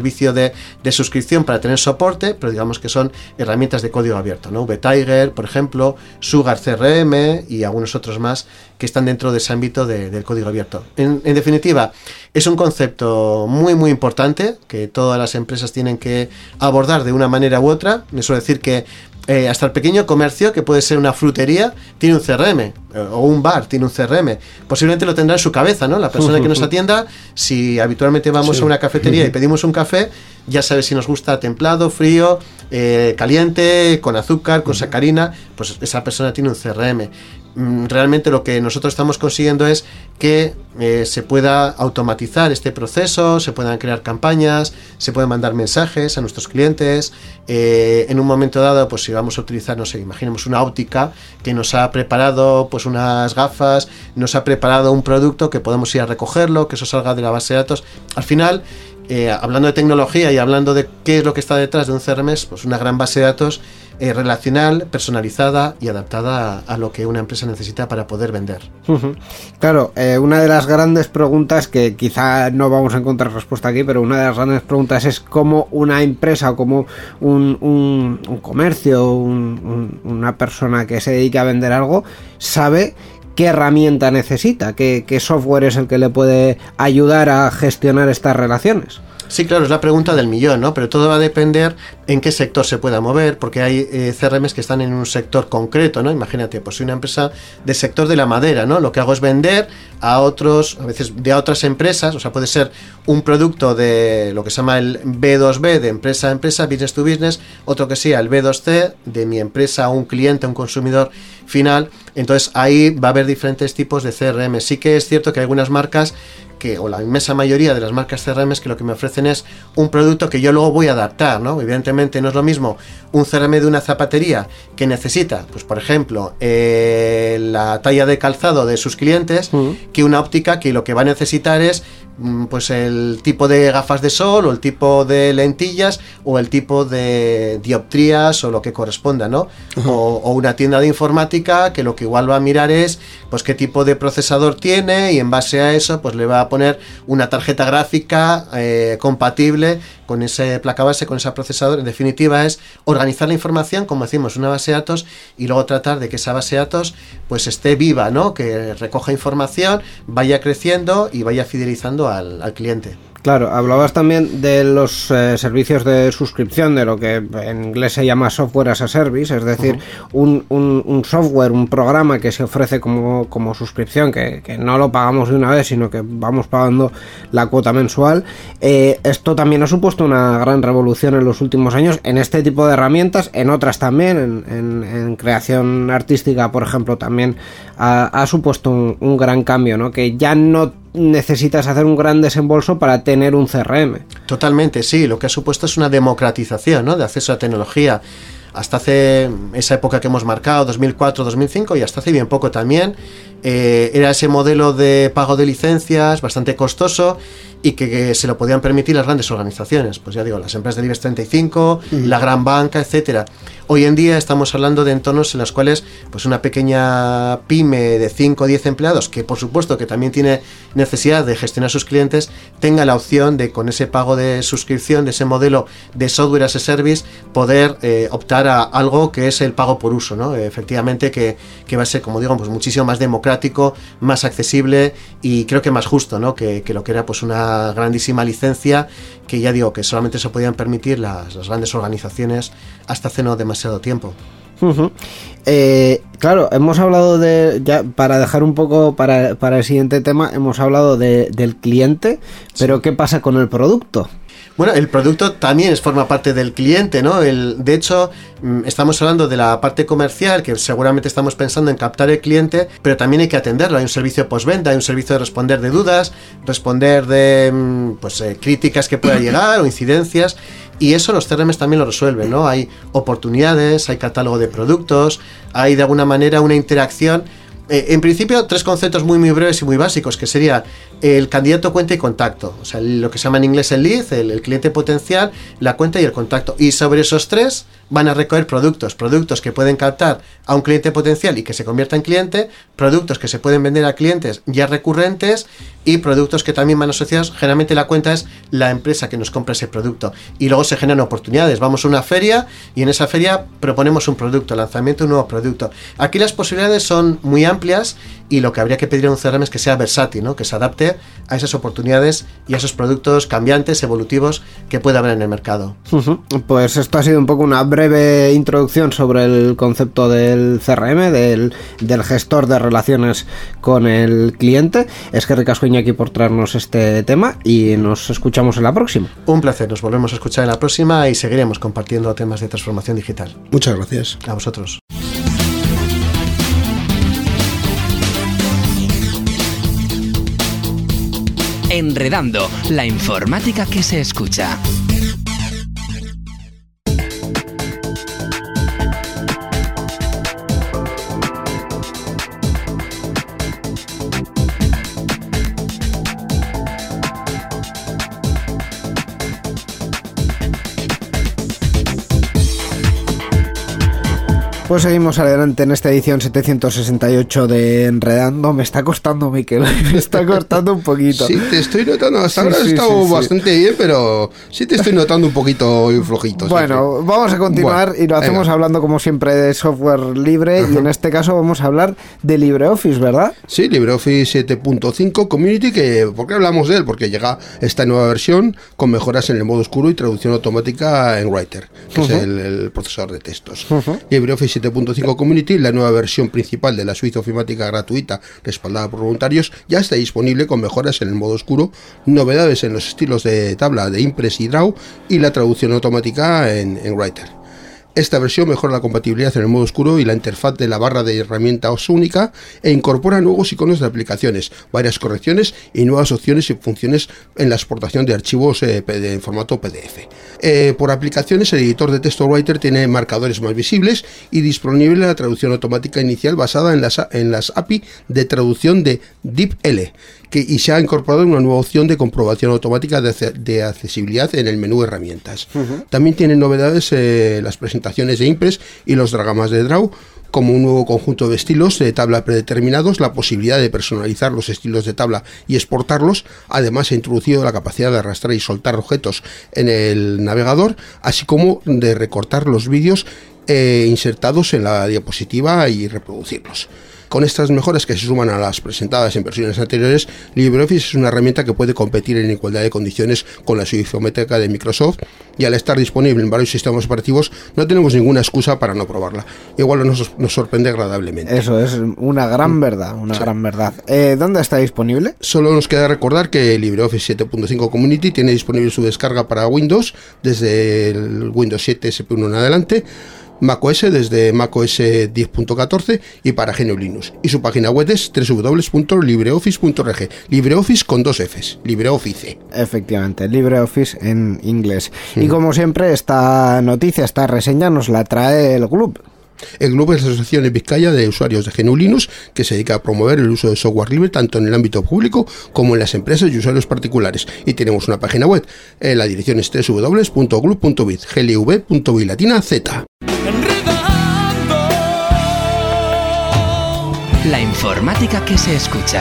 [SPEAKER 7] de, de suscripción para tener soporte, pero digamos que son herramientas de código abierto, ¿no? VTiger, por ejemplo, Sugar C R M y algunos otros más que están dentro de ese ámbito de, del código abierto. En, en definitiva, es un concepto muy muy importante que todas las empresas tienen que abordar de una manera u otra. Me suelo decir que Eh, hasta el pequeño comercio, que puede ser una frutería, tiene un C R M, eh, o un bar tiene un C R M. Posiblemente lo tendrá en su cabeza, ¿no? La persona que nos atienda, si habitualmente vamos sí. a una cafetería y pedimos un café, ya sabe si nos gusta templado, frío, eh, caliente, con azúcar, con sacarina, pues esa persona tiene un C R M. Realmente lo que nosotros estamos consiguiendo es que eh, se pueda automatizar este proceso, se puedan crear campañas, se pueden mandar mensajes a nuestros clientes. Eh, en un momento dado, pues si vamos a utilizar, no sé, imaginemos una óptica que nos ha preparado pues unas gafas, nos ha preparado un producto que podemos ir a recogerlo, que eso salga de la base de datos. Al final, eh, hablando de tecnología y hablando de qué es lo que está detrás de un C R M, pues una gran base de datos Eh, relacional, personalizada y adaptada a, a lo que una empresa necesita para poder vender.
[SPEAKER 3] Uh-huh. Claro, eh, una de las grandes preguntas que quizá no vamos a encontrar respuesta aquí, pero una de las grandes preguntas es cómo una empresa o cómo un, un, un comercio, un, un, una persona que se dedica a vender algo sabe qué herramienta necesita, qué, qué software es el que le puede ayudar a gestionar estas relaciones.
[SPEAKER 7] Sí, claro, es la pregunta del millón, ¿no? Pero todo va a depender en qué sector se pueda mover, porque hay eh, C R Ms que están en un sector concreto, ¿no? Imagínate, pues soy una empresa del sector de la madera, ¿no? Lo que hago es vender a otros, a veces de a otras empresas, o sea, puede ser un producto de lo que se llama el B dos B, de empresa a empresa, business to business, otro que sea el B dos C, de mi empresa a un cliente, a un consumidor final. Entonces ahí va a haber diferentes tipos de C R M. Sí que es cierto que hay algunas marcas que, o la inmensa mayoría de las marcas C R Ms, que lo que me ofrecen es un producto que yo luego voy a adaptar, ¿no? Evidentemente no es lo mismo un C R M de una zapatería que necesita, pues por ejemplo, eh, la talla de calzado de sus clientes, uh-huh. que una óptica que lo que va a necesitar es pues el tipo de gafas de sol o el tipo de lentillas o el tipo de dioptrías o lo que corresponda, ¿no? Uh-huh. O, o una tienda de informática que lo que igual va a mirar es pues qué tipo de procesador tiene y en base a eso pues le va a poner una tarjeta gráfica eh, compatible con ese placa base, con ese procesador. En definitiva es organizar la información, como decimos, una base de datos y luego tratar de que esa base de datos pues esté viva, ¿no? Que recoja información, vaya creciendo y vaya fidelizando Al, al cliente.
[SPEAKER 3] Claro, hablabas también de los eh, servicios de suscripción, de lo que en inglés se llama software as a service, es decir, uh-huh. un, un, un software, un programa que se ofrece como, como suscripción, que, que no lo pagamos de una vez, sino que vamos pagando la cuota mensual. Eh, esto también ha supuesto una gran revolución en los últimos años en este tipo de herramientas, en otras también, en, en, en creación artística, por ejemplo, también ha, ha supuesto un, un gran cambio, ¿no? Que ya no necesitas hacer un gran desembolso para tener un C R M.
[SPEAKER 7] Totalmente, sí, lo que ha supuesto es una democratización, ¿no? De acceso a tecnología. Hasta hace esa época que hemos marcado, dos mil cuatro dos mil cinco, y hasta hace bien poco también, eh, era ese modelo de pago de licencias bastante costoso y que, que se lo podían permitir las grandes organizaciones, pues ya digo, las empresas del IBEX treinta y cinco, uh-huh. la gran banca, etcétera. Hoy en día estamos hablando de entornos en los cuales pues una pequeña pyme de cinco o diez empleados, que por supuesto que también tiene necesidad de gestionar sus clientes, tenga la opción de, con ese pago de suscripción, de ese modelo de software as a service, poder eh, optar a algo que es el pago por uso, ¿no? Efectivamente que, que va a ser, como digo, pues muchísimo más democrático, más accesible y creo que más justo, ¿no? Que, que lo que era pues una grandísima licencia que ya digo que solamente se podían permitir las, las grandes organizaciones hasta hace no demasiado tiempo.
[SPEAKER 3] Uh-huh. Eh, claro, hemos hablado de, ya para dejar un poco para, para el siguiente tema, hemos hablado de, del cliente, pero sí. ¿Qué pasa con el producto?
[SPEAKER 7] Bueno, el producto también forma parte del cliente, ¿no? El, de hecho, estamos hablando de la parte comercial, que seguramente estamos pensando en captar el cliente, pero también hay que atenderlo. Hay un servicio postventa, hay un servicio de responder de dudas, responder de pues, eh, críticas que pueda llegar o incidencias, y eso los C R Ms también lo resuelven, ¿no? Hay oportunidades, hay catálogo de productos, hay de alguna manera una interacción Eh, en principio, tres conceptos muy muy breves y muy básicos, que sería el candidato, cuenta y contacto. O sea, lo que se llama en inglés el lead, el, el cliente potencial, la cuenta y el contacto. Y sobre esos tres van a recoger productos, productos que pueden captar a un cliente potencial y que se convierta en cliente, productos que se pueden vender a clientes ya recurrentes y productos que también van asociados. Generalmente la cuenta es la empresa que nos compra ese producto. Y luego se generan oportunidades. Vamos a una feria y en esa feria proponemos un producto, lanzamiento de un nuevo producto. Aquí las posibilidades son muy amplias y lo que habría que pedir a un C R M es que sea versátil, ¿no? Que se adapte a esas oportunidades y a esos productos cambiantes, evolutivos que pueda haber en el mercado.
[SPEAKER 3] Uh-huh. Pues esto ha sido un poco una breve introducción sobre el concepto del C R M, del, del gestor de relaciones con el cliente. Es que ricasco, Iñaki, por traernos este tema y nos escuchamos en la próxima.
[SPEAKER 7] Un placer, nos volvemos a escuchar en la próxima y seguiremos compartiendo temas de transformación digital.
[SPEAKER 4] Muchas gracias.
[SPEAKER 7] A vosotros.
[SPEAKER 2] Enredando, la informática que se escucha.
[SPEAKER 3] Pues seguimos adelante en esta edición setecientos sesenta y ocho de Enredando. Me está costando, Miquel, me está costando un poquito.
[SPEAKER 4] Sí, te estoy notando, hasta
[SPEAKER 3] Sí,
[SPEAKER 4] ahora
[SPEAKER 3] sí,
[SPEAKER 4] has estado
[SPEAKER 3] sí, sí.
[SPEAKER 4] bastante bien, pero sí te estoy notando un poquito flojito.
[SPEAKER 3] Bueno,
[SPEAKER 4] sí.
[SPEAKER 3] vamos a continuar
[SPEAKER 4] Bueno,
[SPEAKER 3] y lo hacemos
[SPEAKER 4] venga.
[SPEAKER 3] hablando como siempre de software libre.
[SPEAKER 4] Ajá.
[SPEAKER 3] Y en este caso vamos a hablar de LibreOffice, ¿verdad?
[SPEAKER 4] Sí, LibreOffice siete punto cinco Community, que ¿por qué hablamos de él? Porque llega esta nueva versión con mejoras en el modo oscuro y traducción automática en Writer, que
[SPEAKER 3] Uh-huh.
[SPEAKER 4] es el, el procesador de textos.
[SPEAKER 3] Uh-huh.
[SPEAKER 4] LibreOffice siete punto cinco Community, la nueva versión principal de la suite ofimática gratuita respaldada por voluntarios, ya está disponible con mejoras en el modo oscuro, novedades en los estilos de tabla de Impress y Draw y la traducción automática en, en Writer. Esta versión mejora la compatibilidad en el modo oscuro y la interfaz de la barra de herramientas única e incorpora nuevos iconos de aplicaciones, varias correcciones y nuevas opciones y funciones en la exportación de archivos eh, en formato P D F. Eh, por aplicaciones, el editor de texto Writer tiene marcadores más visibles y disponible la traducción automática inicial basada en las, en las A P I de traducción de DeepL. Que, y se ha incorporado una nueva opción de comprobación automática de, de accesibilidad en el menú herramientas. Uh-huh. También tienen novedades eh, las presentaciones de Impress y los diagramas de Draw, como un nuevo conjunto de estilos de tabla predeterminados, la posibilidad de personalizar los estilos de tabla y exportarlos. Además, ha introducido la capacidad de arrastrar y soltar objetos en el navegador, así como de recortar los vídeos eh, insertados en la diapositiva y reproducirlos. Con estas mejoras que se suman a las presentadas en versiones anteriores, LibreOffice es una herramienta que puede competir en igualdad de condiciones con la suite ofimática de Microsoft, y al estar disponible en varios sistemas operativos no tenemos ninguna excusa para no probarla. Igual nos, nos sorprende agradablemente.
[SPEAKER 3] Eso es una gran verdad, una sí. gran verdad. Eh, ¿Dónde está disponible?
[SPEAKER 4] Solo nos queda recordar que LibreOffice siete punto cinco Community tiene disponible su descarga para Windows desde el Windows siete S P uno en adelante, macOS desde macOS diez punto catorce y para G N U Linux. Y su página web es doble u doble u doble u punto libreoffice punto org. LibreOffice con dos Fs, LibreOffice.
[SPEAKER 3] Efectivamente, LibreOffice en inglés. Mm. Y como siempre, esta noticia, esta reseña nos la trae el Glub.
[SPEAKER 4] El Glub es la Asociación en Vizcaya de Usuarios de G N U Linux, que se dedica a promover el uso de software libre tanto en el ámbito público como en las empresas y usuarios particulares. Y tenemos una página web. Eh, la dirección es doble u doble u doble u punto glub punto biz, G L V punto biz latina Z.
[SPEAKER 2] La informática que se escucha.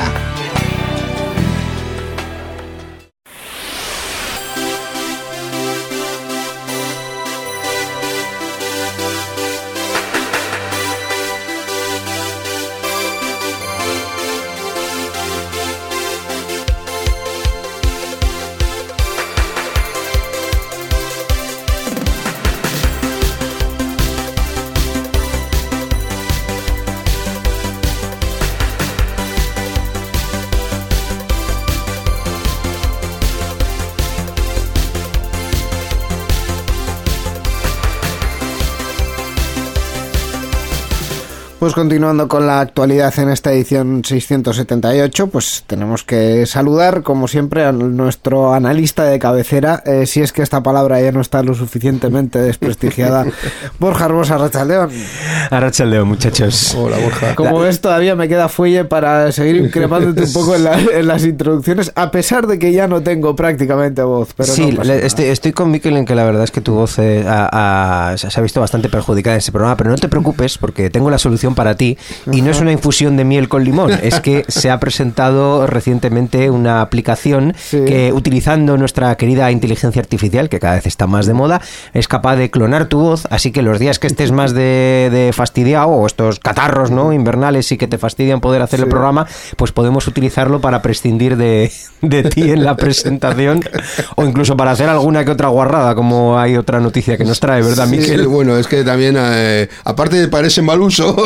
[SPEAKER 3] Pues continuando con la actualidad en esta edición seiscientos setenta y ocho, pues tenemos que saludar, como siempre, a nuestro analista de cabecera, eh, si es que esta palabra ya no está lo suficientemente desprestigiada. Borja Arbosa, Arratsaldeon.
[SPEAKER 5] Arratsaldeon, muchachos.
[SPEAKER 4] Hola, Borja.
[SPEAKER 3] Como ves, todavía me queda fuelle para seguir increpándote un poco en, la, en las introducciones, a pesar de que ya no tengo prácticamente voz. Pero
[SPEAKER 5] sí,
[SPEAKER 3] no
[SPEAKER 5] le, estoy, estoy con Mikel en que la verdad es que tu voz eh, a, a, se ha visto bastante perjudicada en este programa, pero no te preocupes porque tengo la solución para ti y no es una infusión de miel con limón, es que se ha presentado recientemente una aplicación sí. que, utilizando nuestra querida inteligencia artificial, que cada vez está más de moda, es capaz de clonar tu voz, así que los días que estés más de, de fastidiado o estos catarros, ¿no?, invernales y que te fastidian poder hacer sí. el programa, pues podemos utilizarlo para prescindir de, de ti en la presentación o incluso para hacer alguna que otra guarrada, como hay otra noticia que nos trae, ¿verdad,
[SPEAKER 4] sí,
[SPEAKER 5] Mikel?
[SPEAKER 4] Bueno, es que también, eh, aparte de para ese mal uso,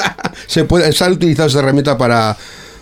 [SPEAKER 4] se puede, se ha utilizado esta herramienta para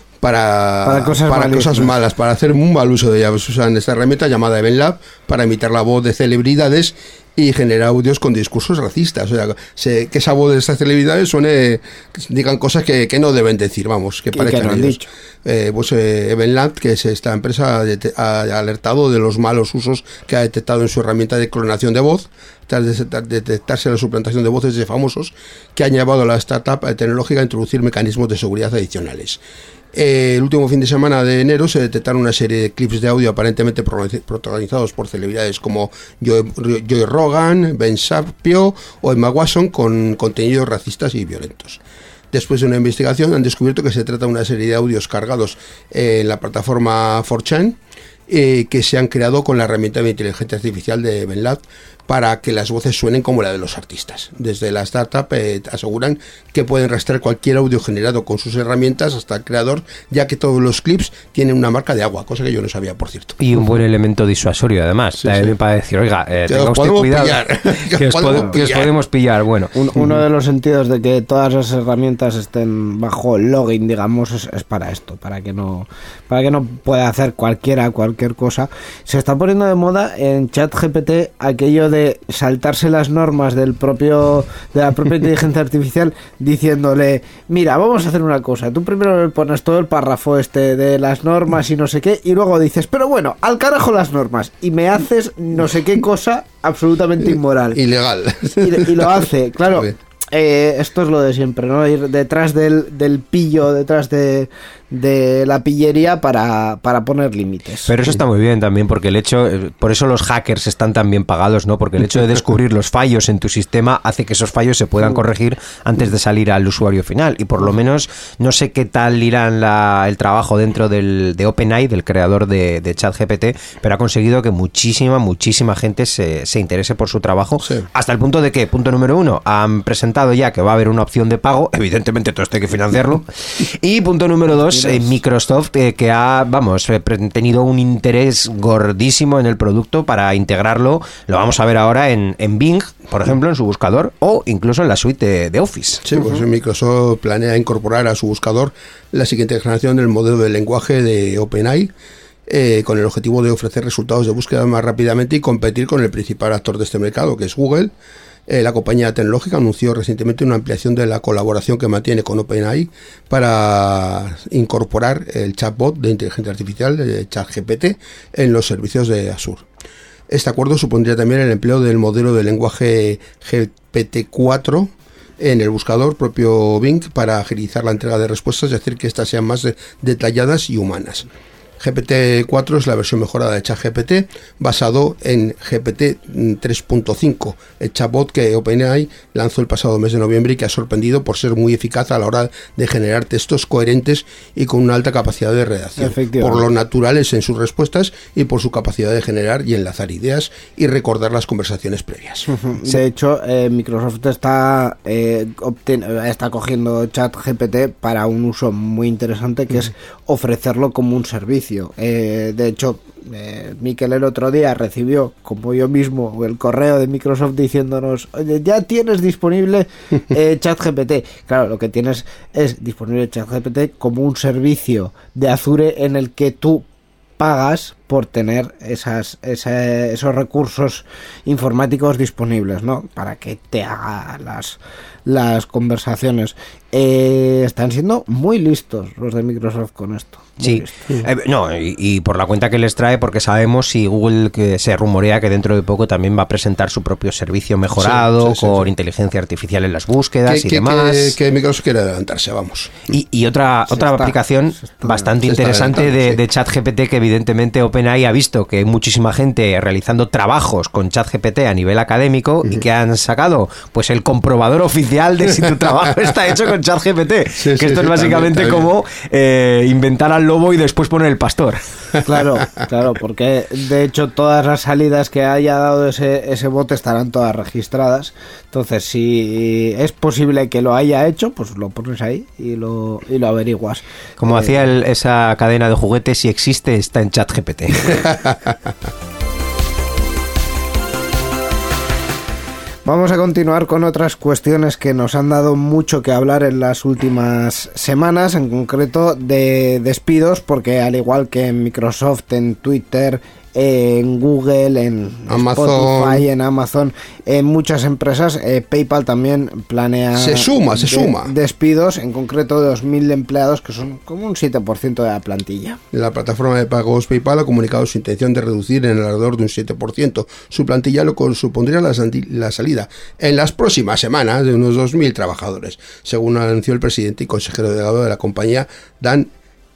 [SPEAKER 4] para,
[SPEAKER 3] para, cosas,
[SPEAKER 4] para cosas malas, para hacer un mal uso de ella. Usan esta herramienta llamada EventLab para imitar la voz de celebridades y generar audios con discursos racistas. O sea, se, que esa voz de estas celebridades suene, digan cosas que, que no deben decir, vamos, que parezcan
[SPEAKER 3] que no
[SPEAKER 4] ellos. Eh, pues eh, EventLab, que es esta empresa, ha alertado de los malos usos que ha detectado en su herramienta de clonación de voz, tras detectarse la suplantación de voces de famosos, que han llevado a la startup tecnológica a introducir mecanismos de seguridad adicionales. Eh, el último fin de semana de enero se detectaron una serie de clips de audio aparentemente protagonizados por celebridades como Joe, Joe Rogan, Ben Shapiro o Emma Watson, con contenidos racistas y violentos. Después de una investigación han descubierto que se trata de una serie de audios cargados en la plataforma cuatro chan eh, que se han creado con la herramienta de inteligencia artificial de EventLab para que las voces suenen como la de los artistas. Desde la startup eh, aseguran que pueden rastrear cualquier audio generado con sus herramientas hasta el creador, ya que todos los clips tienen una marca de agua, cosa que yo no sabía, por cierto.
[SPEAKER 5] Y un buen elemento disuasorio, además, sí, sí. para decir, oiga, eh, tenga usted cuidado, que, que, os podemos que os podemos pillar. Bueno,
[SPEAKER 3] un, uno de los sentidos de que todas las herramientas estén bajo el login, digamos, es, es para esto, para que no para que no pueda hacer cualquiera cualquier cosa. Se está poniendo de moda en ChatGPT aquello de de saltarse las normas del propio de la propia inteligencia artificial, diciéndole, mira, vamos a hacer una cosa, tú primero le pones todo el párrafo este de las normas y no sé qué, y luego dices, pero bueno, al carajo las normas, y me haces no sé qué cosa absolutamente inmoral.
[SPEAKER 4] Ilegal.
[SPEAKER 3] Y, y lo hace, claro. Eh, esto es lo de siempre, ¿no? Ir detrás del, del pillo, detrás de, de la pillería para, para poner límites.
[SPEAKER 5] Pero eso está muy bien también, porque el hecho, por eso los hackers están tan bien pagados, ¿no? Porque el hecho de descubrir los fallos en tu sistema hace que esos fallos se puedan corregir antes de salir al usuario final. Y por lo menos, no sé qué tal irá la, el trabajo dentro del, de OpenAI, del creador de, de ChatGPT, pero ha conseguido que muchísima, muchísima gente se, se interese por su trabajo, sí. Hasta el punto de que, punto número uno, han presentado ya que va a haber una opción de pago, evidentemente todo esto hay que financiarlo, y punto número dos, eh, Microsoft eh, que ha, vamos, eh, tenido un interés gordísimo en el producto para integrarlo, lo vamos a ver ahora en, en Bing, por ejemplo, en su buscador, o incluso en la suite de, de Office.
[SPEAKER 4] Sí, pues uh-huh. Microsoft planea incorporar a su buscador la siguiente generación del modelo de lenguaje de OpenAI, Eh, con el objetivo de ofrecer resultados de búsqueda más rápidamente y competir con el principal actor de este mercado, que es Google. Eh, la compañía tecnológica anunció recientemente una ampliación de la colaboración que mantiene con OpenAI para incorporar el chatbot de inteligencia artificial de ChatGPT en los servicios de Azure. Este acuerdo supondría también el empleo del modelo de lenguaje G P T cuatro en el buscador propio Bing para agilizar la entrega de respuestas y hacer que éstas sean más de, detalladas y humanas. G P T cuatro es la versión mejorada de ChatGPT, basado en G P T tres punto cinco, el chatbot que OpenAI lanzó el pasado mes de noviembre y que ha sorprendido por ser muy eficaz a la hora de generar textos coherentes y con una alta capacidad de redacción, por lo naturales en sus respuestas y por su capacidad de generar y enlazar ideas y recordar las conversaciones previas.
[SPEAKER 3] De hecho, eh, Microsoft está, eh, obten- está cogiendo ChatGPT para un uso muy interesante, que es ofrecerlo como un servicio. Eh, de hecho, eh, Mikel el otro día recibió, como yo mismo, el correo de Microsoft diciéndonos, oye, ya tienes disponible eh, ChatGPT. Claro, lo que tienes es disponible ChatGPT como un servicio de Azure en el que tú pagas por tener esas, esa, esos recursos informáticos disponibles, ¿no? Para que te haga las, las conversaciones. Eh, están siendo muy listos los de Microsoft con esto.
[SPEAKER 5] Sí, eh, no, y, y por la cuenta que les trae, porque sabemos si Google, que se rumorea que dentro de poco también va a presentar su propio servicio mejorado, sí, sí, sí, con sí. inteligencia artificial en las búsquedas
[SPEAKER 4] que,
[SPEAKER 5] y
[SPEAKER 4] que,
[SPEAKER 5] demás.
[SPEAKER 4] Que, que Microsoft quiere adelantarse, vamos.
[SPEAKER 5] Y, y otra, otra
[SPEAKER 3] está,
[SPEAKER 5] aplicación bastante interesante de, sí. de ChatGPT, que evidentemente OpenAI ha visto que hay muchísima gente realizando trabajos con ChatGPT a nivel académico uh-huh. y que han sacado pues el comprobador oficial de si tu trabajo está hecho con ChatGPT. Sí, que sí, esto sí, es básicamente también, también. como eh, inventar al lobo y después poner el pastor.
[SPEAKER 3] Claro, claro, porque de hecho todas las salidas que haya dado ese, ese bot estarán todas registradas. Entonces, si es posible que lo haya hecho, pues lo pones ahí y lo, y lo averiguas.
[SPEAKER 5] Como
[SPEAKER 3] eh,
[SPEAKER 5] hacía el, esa cadena de juguetes, si existe, está en ChatGPT.
[SPEAKER 3] Vamos a continuar con otras cuestiones que nos han dado mucho que hablar en las últimas semanas, en concreto de despidos, porque al igual que en Microsoft, en Twitter, en Google, en
[SPEAKER 4] Amazon.
[SPEAKER 3] Spotify, en Amazon, en muchas empresas, eh, PayPal también planea
[SPEAKER 4] se suma, se
[SPEAKER 3] de,
[SPEAKER 4] suma.
[SPEAKER 3] despidos, en concreto de dos mil empleados, que son como un siete por ciento de la plantilla.
[SPEAKER 4] La plataforma de pagos PayPal ha comunicado su intención de reducir en alrededor de un siete por ciento su plantilla, lo que supondría la, la salida en las próximas semanas de unos dos mil trabajadores, según anunció el presidente y consejero delegado de la compañía, Dan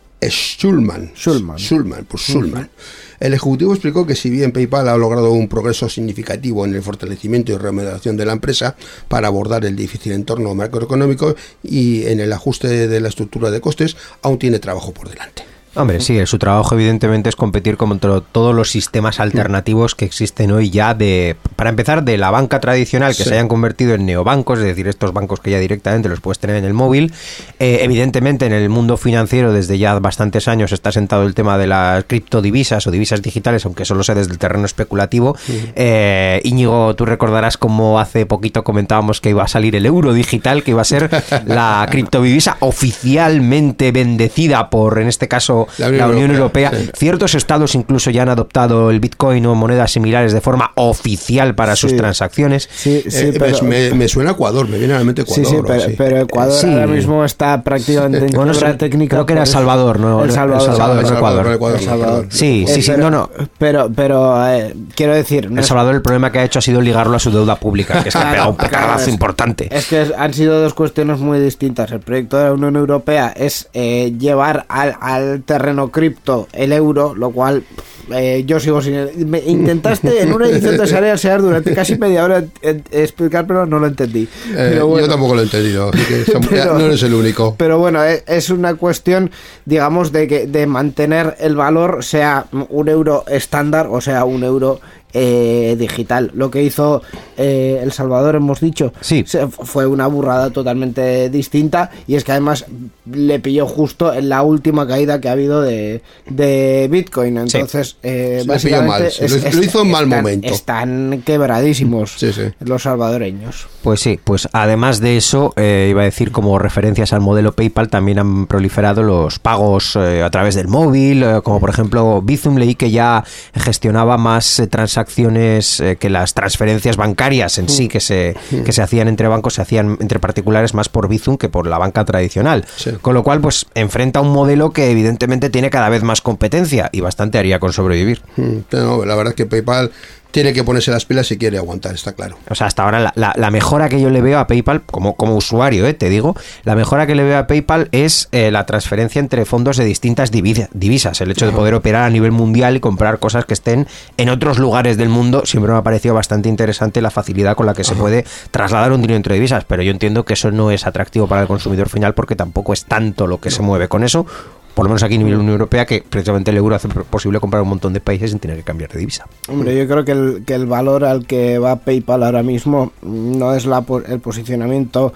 [SPEAKER 4] Schulman.
[SPEAKER 3] Schulman.
[SPEAKER 4] Schulman, pues Schulman. Uh-huh. El ejecutivo explicó que si bien PayPal ha logrado un progreso significativo en el fortalecimiento y remodelación de la empresa para abordar el difícil entorno macroeconómico y en el ajuste de la estructura de costes, aún tiene trabajo por delante.
[SPEAKER 5] Hombre, sí, su trabajo evidentemente es competir contra todos los sistemas alternativos que existen hoy ya, de, para empezar, de la banca tradicional, que sí. se hayan convertido en neobancos, es decir, estos bancos que ya directamente los puedes tener en el móvil. Eh, evidentemente en el mundo financiero desde ya bastantes años está sentado el tema de las criptodivisas o divisas digitales, aunque solo sea desde el terreno especulativo. Sí. Eh, Íñigo, tú recordarás cómo hace poquito comentábamos que iba a salir el euro digital, que iba a ser la criptodivisa oficialmente bendecida por, en este caso, la Unión, la Unión Europea. Europea. Sí. Ciertos estados incluso ya han adoptado el Bitcoin o monedas similares de forma oficial para sí. sus transacciones.
[SPEAKER 3] Sí, sí,
[SPEAKER 4] eh,
[SPEAKER 3] pero...
[SPEAKER 4] me, me suena Ecuador, me viene a la mente Ecuador.
[SPEAKER 3] Sí, sí, pero,
[SPEAKER 4] sí.
[SPEAKER 3] pero Ecuador sí. ahora mismo está prácticamente en
[SPEAKER 5] bueno,
[SPEAKER 3] quiebra técnica.
[SPEAKER 5] Creo que era Salvador, ¿no?
[SPEAKER 3] El Salvador,
[SPEAKER 5] el Salvador,
[SPEAKER 3] el
[SPEAKER 5] no Ecuador.
[SPEAKER 3] El Ecuador, el Salvador.
[SPEAKER 5] Sí, sí,
[SPEAKER 3] eh,
[SPEAKER 5] sí,
[SPEAKER 3] pero,
[SPEAKER 5] no, no.
[SPEAKER 3] Pero, pero eh, quiero decir...
[SPEAKER 5] No el Salvador, el problema que ha hecho ha sido ligarlo a su deuda pública, que es que ha pegado un petardazo
[SPEAKER 3] es,
[SPEAKER 5] importante.
[SPEAKER 3] Es que es, han sido dos cuestiones muy distintas. El proyecto de la Unión Europea es eh, llevar al, al terreno cripto el euro, lo cual eh, yo sigo sin... Me intentaste en una edición de Sarea Sear durante casi media hora en, en, explicar, pero no lo entendí.
[SPEAKER 4] Eh,
[SPEAKER 3] pero bueno,
[SPEAKER 4] yo tampoco lo he entendido, así que estamos, pero, no eres el único.
[SPEAKER 3] Pero bueno, es, es una cuestión, digamos, de que de mantener el valor, sea un euro estándar o sea un euro eh, digital. Lo que hizo eh, El Salvador, hemos dicho,
[SPEAKER 5] sí.
[SPEAKER 3] fue una burrada totalmente distinta, y es que además le pilló justo en la última caída que ha habido de, de Bitcoin. Entonces, sí. eh, básicamente
[SPEAKER 4] mal,
[SPEAKER 3] es,
[SPEAKER 4] lo,
[SPEAKER 3] es,
[SPEAKER 4] lo hizo en mal
[SPEAKER 3] están,
[SPEAKER 4] momento.
[SPEAKER 3] Están quebradísimos
[SPEAKER 4] sí, sí.
[SPEAKER 3] los salvadoreños.
[SPEAKER 5] Pues sí, pues además de eso, eh, iba a decir, como referencias al modelo PayPal, también han proliferado los pagos eh, a través del móvil, eh, como por ejemplo Bizum, leí que ya gestionaba más eh, transacciones eh, que las transferencias bancarias en sí que se, que se hacían entre bancos, se hacían entre particulares más por Bizum que por la banca tradicional. Sí. Con lo cual, pues enfrenta un modelo que evidentemente tiene cada vez más competencia y bastante haría con sobrevivir.
[SPEAKER 4] No, la verdad es que PayPal tiene que ponerse las pilas si quiere aguantar, está claro.
[SPEAKER 5] O sea, hasta ahora la, la, la mejora que yo le veo a PayPal, como, como usuario, eh, te digo, la mejora que le veo a PayPal es eh, la transferencia entre fondos de distintas divisa, divisas. El hecho de poder operar a nivel mundial y comprar cosas que estén en otros lugares del mundo, siempre me ha parecido bastante interesante la facilidad con la que se Ajá. puede trasladar un dinero entre divisas, pero yo entiendo que eso no es atractivo para el consumidor final porque tampoco es tanto lo que no. se mueve con eso. Por lo menos aquí a nivel Unión Europea, que precisamente el euro hace posible comprar un montón de países sin tener que cambiar de divisa.
[SPEAKER 3] Hombre, yo creo que el, que el valor al que va PayPal ahora mismo no es la, el posicionamiento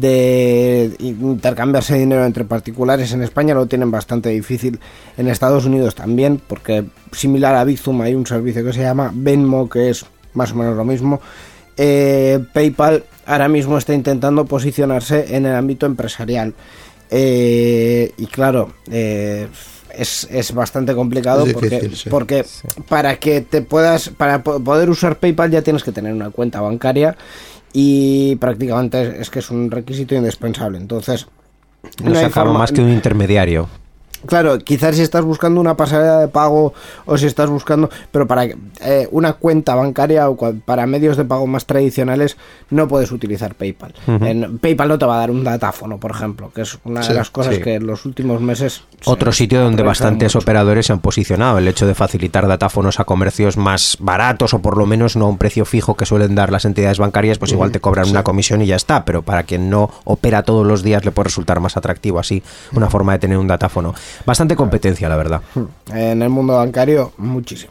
[SPEAKER 3] de intercambiarse dinero entre particulares. En España lo tienen bastante difícil, en Estados Unidos también, porque similar a Bizum hay un servicio que se llama Venmo, que es más o menos lo mismo. Eh, PayPal ahora mismo está intentando posicionarse en el ámbito empresarial. Eh, y claro, eh, es, es bastante complicado
[SPEAKER 4] Es
[SPEAKER 3] porque,
[SPEAKER 4] difícil, sí.
[SPEAKER 3] porque sí. para que te puedas, para poder usar PayPal ya tienes que tener una cuenta bancaria y prácticamente es que es un requisito indispensable. Entonces,
[SPEAKER 5] no se acaba más que un intermediario.
[SPEAKER 3] Claro, quizás si estás buscando una pasarela de pago o si estás buscando, pero para eh, una cuenta bancaria o para medios de pago más tradicionales no puedes utilizar PayPal. Uh-huh. En PayPal no te va a dar un datáfono, por ejemplo, que es una sí, de las cosas sí. que en los últimos meses...
[SPEAKER 5] Otro sitio donde bastantes mucho. operadores se han posicionado, el hecho de facilitar datáfonos a comercios más baratos o por lo menos no a un precio fijo que suelen dar las entidades bancarias, pues uh-huh. igual te cobran sí. una comisión y ya está, pero para quien no opera todos los días le puede resultar más atractivo así, una uh-huh. forma de tener un datáfono. Bastante competencia, la verdad.
[SPEAKER 3] En el mundo bancario, muchísimo.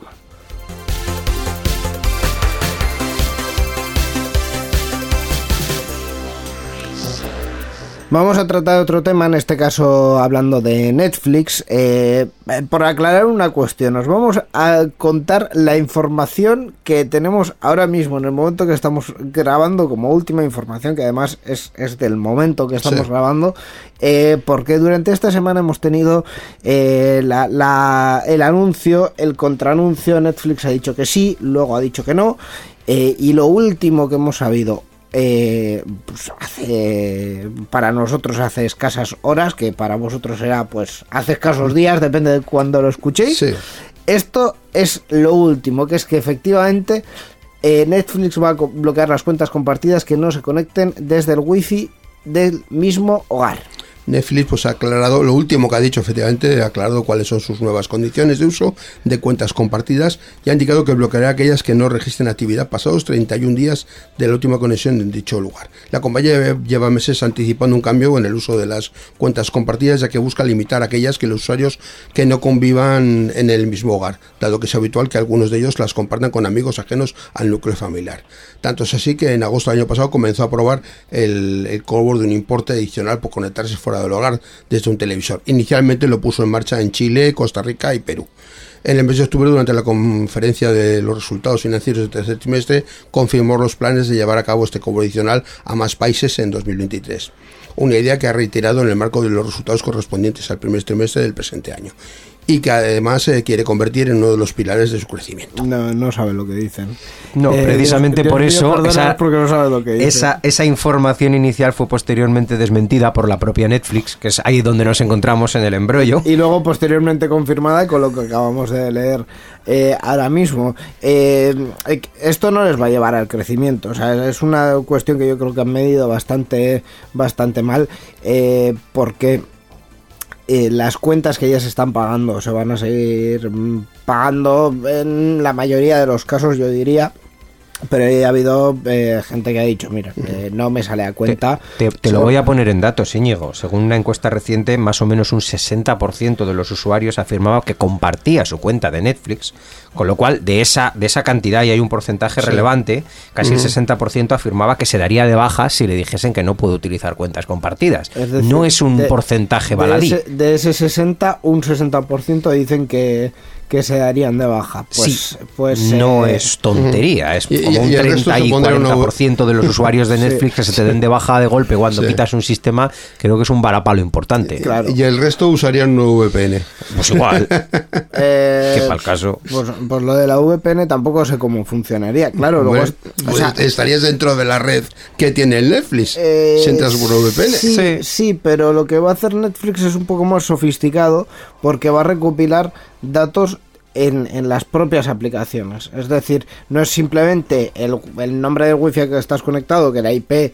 [SPEAKER 3] Vamos a tratar otro tema, en este caso hablando de Netflix. Eh, por aclarar una cuestión, nos vamos a contar la información que tenemos ahora mismo, en el momento que estamos grabando, como última información, que además es, es del momento que estamos sí. grabando, eh, porque durante esta semana hemos tenido eh, la, la, el anuncio, el contraanuncio. Netflix ha dicho que sí, luego ha dicho que no, eh, y lo último que hemos sabido Eh, pues hace para nosotros hace escasas horas, que para vosotros será pues hace escasos días, depende de cuándo lo escuchéis. Sí. Esto es lo último, que es que efectivamente eh, Netflix va a bloquear las cuentas compartidas que no se conecten desde el wifi del mismo hogar.
[SPEAKER 4] Netflix pues ha aclarado, lo último que ha dicho, efectivamente, ha aclarado cuáles son sus nuevas condiciones de uso de cuentas compartidas y ha indicado que bloqueará aquellas que no registren actividad pasados treinta y un días de la última conexión en dicho lugar. La compañía lleva meses anticipando un cambio en el uso de las cuentas compartidas, ya que busca limitar aquellas que los usuarios que no convivan en el mismo hogar, dado que es habitual que algunos de ellos las compartan con amigos ajenos al núcleo familiar. Tanto es así que en agosto del año pasado comenzó a probar el, el cobro de un importe adicional por conectarse fuera del hogar desde un televisor. Inicialmente lo puso en marcha en Chile, Costa Rica y Perú. En el mes de octubre, durante la conferencia de los resultados financieros del tercer trimestre, confirmó los planes de llevar a cabo este cobro adicional a más países en dos mil veintitrés. Una idea que ha reiterado en el marco de los resultados correspondientes al primer trimestre del presente año. Y que además se eh, quiere convertir en uno de los pilares de su crecimiento.
[SPEAKER 3] No, no sabe lo que dicen.
[SPEAKER 5] No, eh, precisamente
[SPEAKER 3] Dios,
[SPEAKER 5] por
[SPEAKER 3] Dios
[SPEAKER 5] eso esa,
[SPEAKER 3] porque no sabe lo que dicen.
[SPEAKER 5] esa, esa información inicial fue posteriormente desmentida por la propia Netflix, que es ahí donde nos encontramos en el embrollo.
[SPEAKER 3] Y luego posteriormente confirmada con lo que acabamos de leer eh, ahora mismo. Eh, esto no les va a llevar al crecimiento. O sea, es una cuestión que yo creo que han medido bastante, bastante mal, eh, porque... Eh, las cuentas que ya se están pagando se van a seguir pagando en la mayoría de los casos, yo diría, pero ha habido eh, gente que ha dicho, mira, eh, no me sale a cuenta.
[SPEAKER 5] Te, te, te lo voy a poner en datos, Íñigo. Según una encuesta reciente, más o menos un sesenta por ciento de los usuarios afirmaba que compartía su cuenta de Netflix, con lo cual de esa, de esa cantidad, y hay un porcentaje sí. relevante, casi uh-huh. el sesenta por ciento afirmaba que se daría de baja si le dijesen que no puede utilizar cuentas compartidas. Es decir, no es un de, porcentaje baladí.
[SPEAKER 3] De ese, de ese sesenta, un sesenta por ciento dicen que que se darían de baja. Pues,
[SPEAKER 5] sí,
[SPEAKER 3] pues
[SPEAKER 5] no
[SPEAKER 3] eh,
[SPEAKER 5] es tontería, es
[SPEAKER 4] y,
[SPEAKER 5] como
[SPEAKER 4] y,
[SPEAKER 5] un
[SPEAKER 4] y
[SPEAKER 5] treinta y cuarenta por ciento de los usuarios de Netflix sí, que se te den de baja de golpe cuando sí. quitas un sistema. Creo que es un varapalo importante.
[SPEAKER 3] Claro.
[SPEAKER 4] Y el resto usarían una V P N.
[SPEAKER 5] Pues igual.
[SPEAKER 3] eh,
[SPEAKER 5] que para el caso.
[SPEAKER 3] Pues, pues lo de la V P N tampoco sé cómo funcionaría. Claro, luego
[SPEAKER 4] bueno, es, o sea, estarías dentro de la red que tiene el Netflix.
[SPEAKER 3] Eh,
[SPEAKER 4] si entras por V P N.
[SPEAKER 3] Sí, sí, sí, pero lo que va a hacer Netflix es un poco más sofisticado porque va a recopilar datos En, en las propias aplicaciones. Es decir, no es simplemente el, el nombre del wifi que estás conectado, que la I P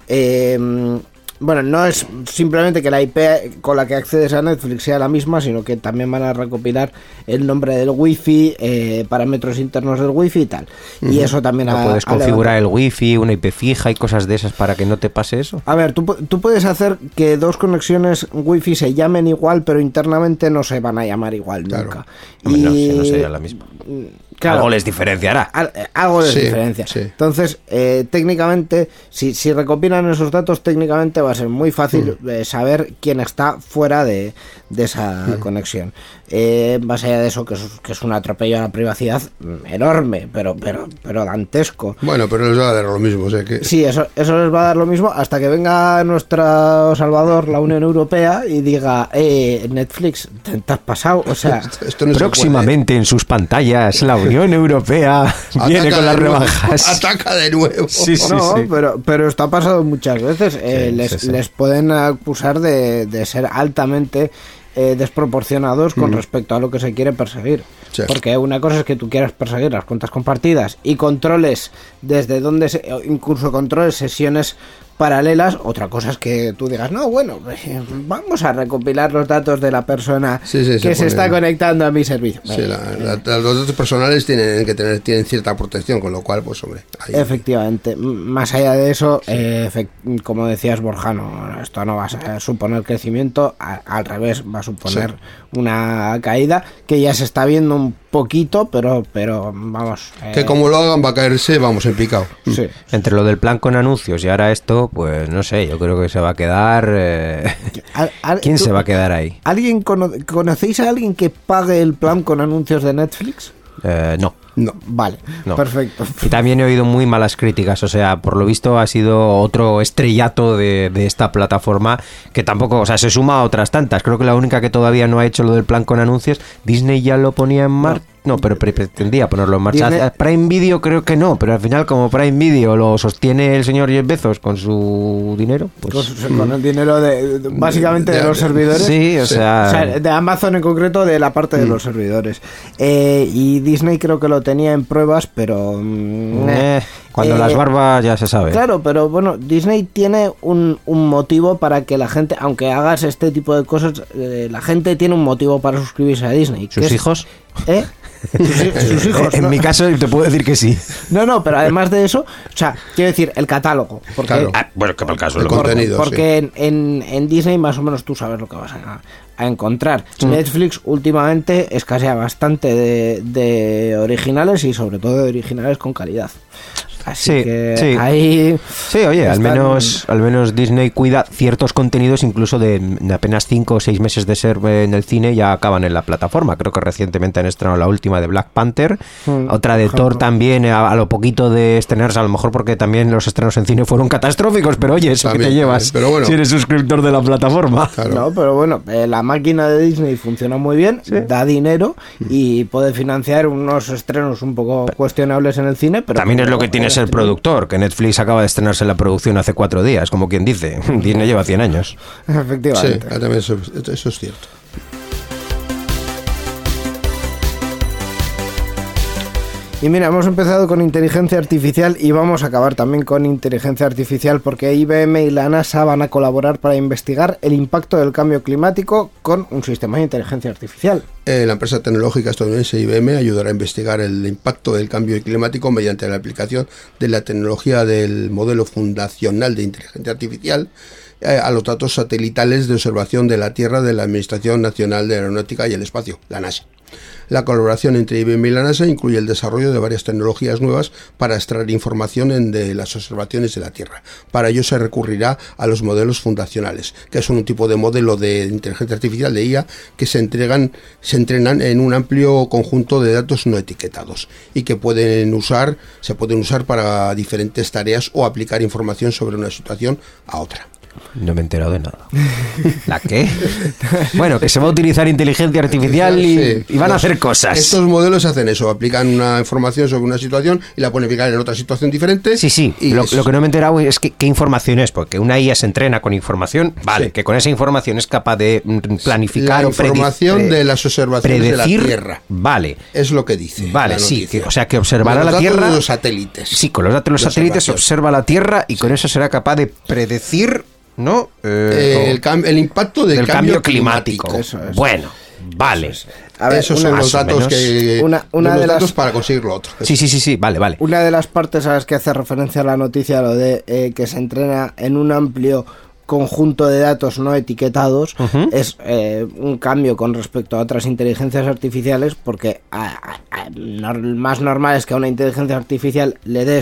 [SPEAKER 3] eh, bueno, no es simplemente que la I P con la que accedes a Netflix sea la misma, sino que también van a recopilar el nombre del wifi, eh, parámetros internos del wifi y tal. Uh-huh. Y eso también
[SPEAKER 5] no
[SPEAKER 3] ha,
[SPEAKER 5] puedes
[SPEAKER 3] ha
[SPEAKER 5] configurar
[SPEAKER 3] levantado.
[SPEAKER 5] el wifi, una I P fija y cosas de esas para que no te pase eso.
[SPEAKER 3] A ver, tú, tú puedes hacer que dos conexiones wifi se llamen igual, pero internamente no se van a llamar igual
[SPEAKER 4] claro.
[SPEAKER 3] nunca.
[SPEAKER 5] Hombre,
[SPEAKER 3] y
[SPEAKER 5] no, si no sería la misma. Claro, algo les diferenciará.
[SPEAKER 3] Algo les
[SPEAKER 4] sí,
[SPEAKER 3] diferencia.
[SPEAKER 4] Sí.
[SPEAKER 3] Entonces, eh, técnicamente, si, si recopilan esos datos, técnicamente va a ser muy fácil mm. eh, saber quién está fuera de, de esa mm. conexión. Eh, más allá de eso, que es, que es un atropello a la privacidad enorme, pero pero pero dantesco.
[SPEAKER 4] Bueno, pero les va a dar lo mismo, o sea que...
[SPEAKER 3] Sí, eso, eso les va a dar lo mismo hasta que venga nuestro Salvador, la Unión Europea, y diga, eh, Netflix, te, te has pasado, o sea...
[SPEAKER 5] Esto no próximamente en sus pantallas, la Unión Europea viene con las rebajas.
[SPEAKER 4] Ataca de nuevo.
[SPEAKER 5] Sí, sí,
[SPEAKER 3] no,
[SPEAKER 5] sí.
[SPEAKER 3] Pero, pero esto ha pasado muchas veces. Eh,
[SPEAKER 5] Sí,
[SPEAKER 3] les,
[SPEAKER 5] sí, sí.
[SPEAKER 3] les pueden acusar de, de ser altamente eh, desproporcionados con mm. respecto a lo que se quiere perseguir. Sí. Porque una cosa es que tú quieras perseguir las cuentas compartidas y controles desde donde, se, incluso controles sesiones paralelas. Otra cosa es que tú digas, no, bueno, vamos a recopilar los datos de la persona sí, sí, que se, se está conectando a mi servicio.
[SPEAKER 4] Sí, la, la, los datos personales tienen que tener tienen cierta protección, con lo cual, pues hombre. Ahí...
[SPEAKER 3] Efectivamente. Más allá de eso, sí. eh, efect- como decías, Borja, no, esto no va a suponer crecimiento, a, al revés, va a suponer sí. una caída que ya se está viendo un poquito, pero pero vamos.
[SPEAKER 4] Eh... Que como lo hagan va a caerse, vamos, en picado.
[SPEAKER 5] Sí. Entre lo del plan con anuncios y ahora esto, pues no sé, yo creo que se va a quedar... Eh... ¿Al, al, ¿Quién tú, se va a quedar ahí?
[SPEAKER 3] ¿Alguien cono- ¿Conocéis a alguien que pague el plan con anuncios de Netflix?
[SPEAKER 5] Eh, no.
[SPEAKER 3] No, vale, no. Perfecto.
[SPEAKER 5] Y también he oído muy malas críticas, o sea, por lo visto ha sido otro estrellato de, de esta plataforma que tampoco, o sea, se suma a otras tantas. Creo que la única que todavía no ha hecho lo del plan con anuncios, Disney ya lo ponía en marcha. No, pero pre- pretendía ponerlo en marcha. Disney... Prime Video creo que no, pero al final como Prime Video lo sostiene el señor Jeff Bezos con su dinero, pues...
[SPEAKER 3] Con, su, con el dinero de, de básicamente de, de los de, servidores.
[SPEAKER 5] Sí, o, sí. Sea...
[SPEAKER 3] o sea, de Amazon en concreto, de la parte de mm. los servidores. Eh, y Disney creo que lo tenía en pruebas, pero...
[SPEAKER 5] Eh, cuando eh, las barbas ya se sabe.
[SPEAKER 3] Claro, pero bueno, Disney tiene un, un motivo para que la gente, aunque hagas este tipo de cosas, eh, la gente tiene un motivo para suscribirse a Disney.
[SPEAKER 5] ¿Sus
[SPEAKER 3] es,
[SPEAKER 5] hijos?
[SPEAKER 3] ¿Eh? Sus, sus hijos,
[SPEAKER 5] en
[SPEAKER 3] ¿no?
[SPEAKER 5] mi caso te puedo decir que sí.
[SPEAKER 3] No, no, pero además de eso, o sea, quiero decir, el catálogo. Porque,
[SPEAKER 5] claro. ah, bueno, que para el caso
[SPEAKER 4] el contenido.
[SPEAKER 3] Porque
[SPEAKER 4] sí.
[SPEAKER 3] en, en, en Disney más o menos tú sabes lo que vas a, a encontrar. Sí. Netflix últimamente escasea bastante de, de originales y sobre todo de originales con calidad. Así
[SPEAKER 5] sí,
[SPEAKER 3] que
[SPEAKER 5] sí.
[SPEAKER 3] ahí...
[SPEAKER 5] Sí, oye, al menos, al menos Disney cuida ciertos contenidos incluso de, de apenas cinco o seis meses de ser en el cine ya acaban en la plataforma. Creo que recientemente han estrenado la última de Black Panther, mm, otra de Thor también, a, a lo poquito de estrenarse, a lo mejor porque también los estrenos en cine fueron catastróficos, pero oye, eso también, que te llevas pero bueno. si eres suscriptor de la plataforma.
[SPEAKER 3] Claro. No, pero bueno, eh, la máquina de Disney funciona muy bien, sí. da dinero y puede financiar unos estrenos un poco cuestionables en el cine, pero...
[SPEAKER 5] También es lo que tiene el productor, que Netflix acaba de estrenarse la producción hace cuatro días, como quien dice. Disney lleva cien años.
[SPEAKER 3] Efectivamente.
[SPEAKER 4] Sí, también eso, eso es cierto.
[SPEAKER 3] Y mira, hemos empezado con inteligencia artificial y vamos a acabar también con inteligencia artificial porque I B M y la NASA van a colaborar para investigar el impacto del cambio climático con un sistema de inteligencia artificial.
[SPEAKER 4] Eh, la empresa tecnológica estadounidense I B M ayudará a investigar el impacto del cambio climático mediante la aplicación de la tecnología del modelo fundacional de inteligencia artificial eh, a los datos satelitales de observación de la Tierra de la Administración Nacional de Aeronáutica y el Espacio, la NASA. La colaboración entre I B M y la NASA incluye el desarrollo de varias tecnologías nuevas para extraer información en de las observaciones de la Tierra. Para ello se recurrirá a los modelos fundacionales, que son un tipo de modelo de inteligencia artificial de I A que se entregan, se entrenan en un amplio conjunto de datos no etiquetados y que pueden usar, se pueden usar para diferentes tareas o aplicar información sobre una situación a otra.
[SPEAKER 5] No me he enterado de nada. ¿La qué? Bueno, que se va a utilizar inteligencia artificial y, sí, y van los, a hacer cosas.
[SPEAKER 4] Estos modelos hacen eso, aplican una información sobre una situación y la pueden aplicar en otra situación diferente.
[SPEAKER 5] Sí, sí, y lo, lo que no me he enterado es que, qué información es, porque una I A se entrena con información, vale, sí. que con esa información es capaz de planificar
[SPEAKER 4] la
[SPEAKER 5] o
[SPEAKER 4] información
[SPEAKER 5] predi-
[SPEAKER 4] de las observaciones
[SPEAKER 5] predecir,
[SPEAKER 4] de la Tierra.
[SPEAKER 5] Vale.
[SPEAKER 4] Es lo que dice.
[SPEAKER 5] Vale, sí, que, o sea que observará la Tierra.
[SPEAKER 4] Con los satélites.
[SPEAKER 5] Sí, con los datos de los satélites observa la Tierra y sí. con eso será capaz de predecir... ¿No?
[SPEAKER 4] Eh, el, cam- el impacto del,
[SPEAKER 5] del
[SPEAKER 4] cambio,
[SPEAKER 5] cambio climático.
[SPEAKER 4] climático.
[SPEAKER 5] Eso, eso. Bueno, vale.
[SPEAKER 4] Eso es. A ver, esos son los datos que
[SPEAKER 3] una, una
[SPEAKER 4] los
[SPEAKER 3] de
[SPEAKER 4] datos
[SPEAKER 3] las...
[SPEAKER 4] para conseguir lo otro.
[SPEAKER 5] Sí, sí, sí, sí, vale, vale.
[SPEAKER 3] Una de las partes a las que hace referencia a la noticia, lo de eh, que se entrena en un amplio conjunto de datos no etiquetados, uh-huh. es eh, un cambio con respecto a otras inteligencias artificiales, porque a, a, a, no, más normal es que a una inteligencia artificial le des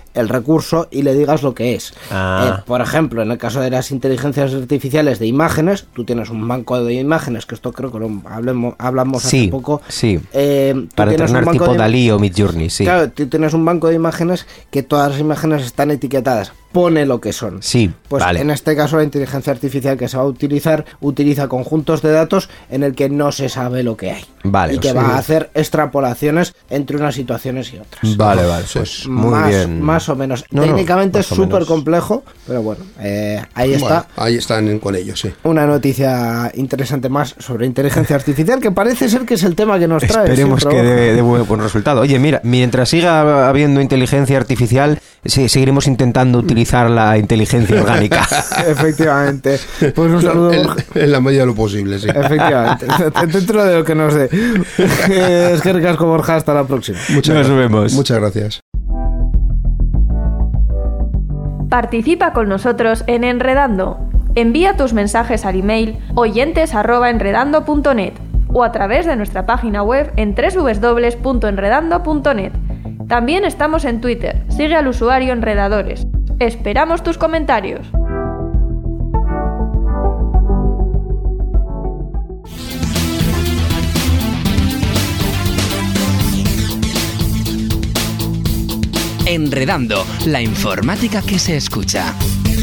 [SPEAKER 3] el recurso y le digas lo que es.
[SPEAKER 5] Ah.
[SPEAKER 3] Eh, por ejemplo, en el caso de las inteligencias artificiales de imágenes, tú tienes un banco de imágenes, que esto creo que lo hablemos, hablamos
[SPEAKER 5] Sí,
[SPEAKER 3] hace poco.
[SPEAKER 5] sí.
[SPEAKER 3] Eh, tú
[SPEAKER 5] Para
[SPEAKER 3] tienes un
[SPEAKER 5] entrenar
[SPEAKER 3] banco
[SPEAKER 5] tipo
[SPEAKER 3] de-
[SPEAKER 5] Dalí o Midjourney, sí.
[SPEAKER 3] Claro, tú tienes un banco de imágenes que todas las imágenes están etiquetadas. Pone lo que son.
[SPEAKER 5] Sí,
[SPEAKER 3] Pues
[SPEAKER 5] vale.
[SPEAKER 3] en este caso la inteligencia artificial que se va a utilizar utiliza conjuntos de datos en el que no se sabe lo que hay.
[SPEAKER 5] Vale,
[SPEAKER 3] Y que
[SPEAKER 5] o
[SPEAKER 3] va
[SPEAKER 5] sea-
[SPEAKER 3] a hacer extrapolaciones entre unas situaciones y otras.
[SPEAKER 5] Vale, vale, pues muy
[SPEAKER 3] más,
[SPEAKER 5] bien.
[SPEAKER 3] más o menos.
[SPEAKER 5] No, no,
[SPEAKER 3] Técnicamente
[SPEAKER 5] más
[SPEAKER 3] es
[SPEAKER 5] o
[SPEAKER 3] súper
[SPEAKER 5] menos.
[SPEAKER 3] complejo, pero bueno, eh, ahí está.
[SPEAKER 4] Bueno, ahí están con ellos, sí.
[SPEAKER 3] Una noticia interesante más sobre inteligencia artificial, que parece ser que es el tema que nos trae.
[SPEAKER 5] Esperemos
[SPEAKER 3] siempre,
[SPEAKER 5] que
[SPEAKER 3] ojo.
[SPEAKER 5] dé, dé buen, buen resultado. Oye, mira, mientras siga habiendo inteligencia artificial, sí, seguiremos intentando utilizar la inteligencia orgánica.
[SPEAKER 3] Efectivamente. Pues un saludo,
[SPEAKER 4] En,
[SPEAKER 3] Borja.
[SPEAKER 4] en la medida de lo posible, sí.
[SPEAKER 3] Efectivamente. Dentro de lo que nos dé. Es que ricasco, Borja. Hasta la próxima.
[SPEAKER 4] Muchas
[SPEAKER 5] Nos
[SPEAKER 4] gracias.
[SPEAKER 5] vemos.
[SPEAKER 4] Muchas gracias.
[SPEAKER 8] Participa con nosotros en Enredando. Envía tus mensajes al email oyentes arroba enredando punto net o a través de nuestra página web en doble u doble u doble u punto enredando punto net. También estamos en Twitter. Sigue al usuario Enredadores. Esperamos tus comentarios.
[SPEAKER 2] Enredando, la informática que se escucha.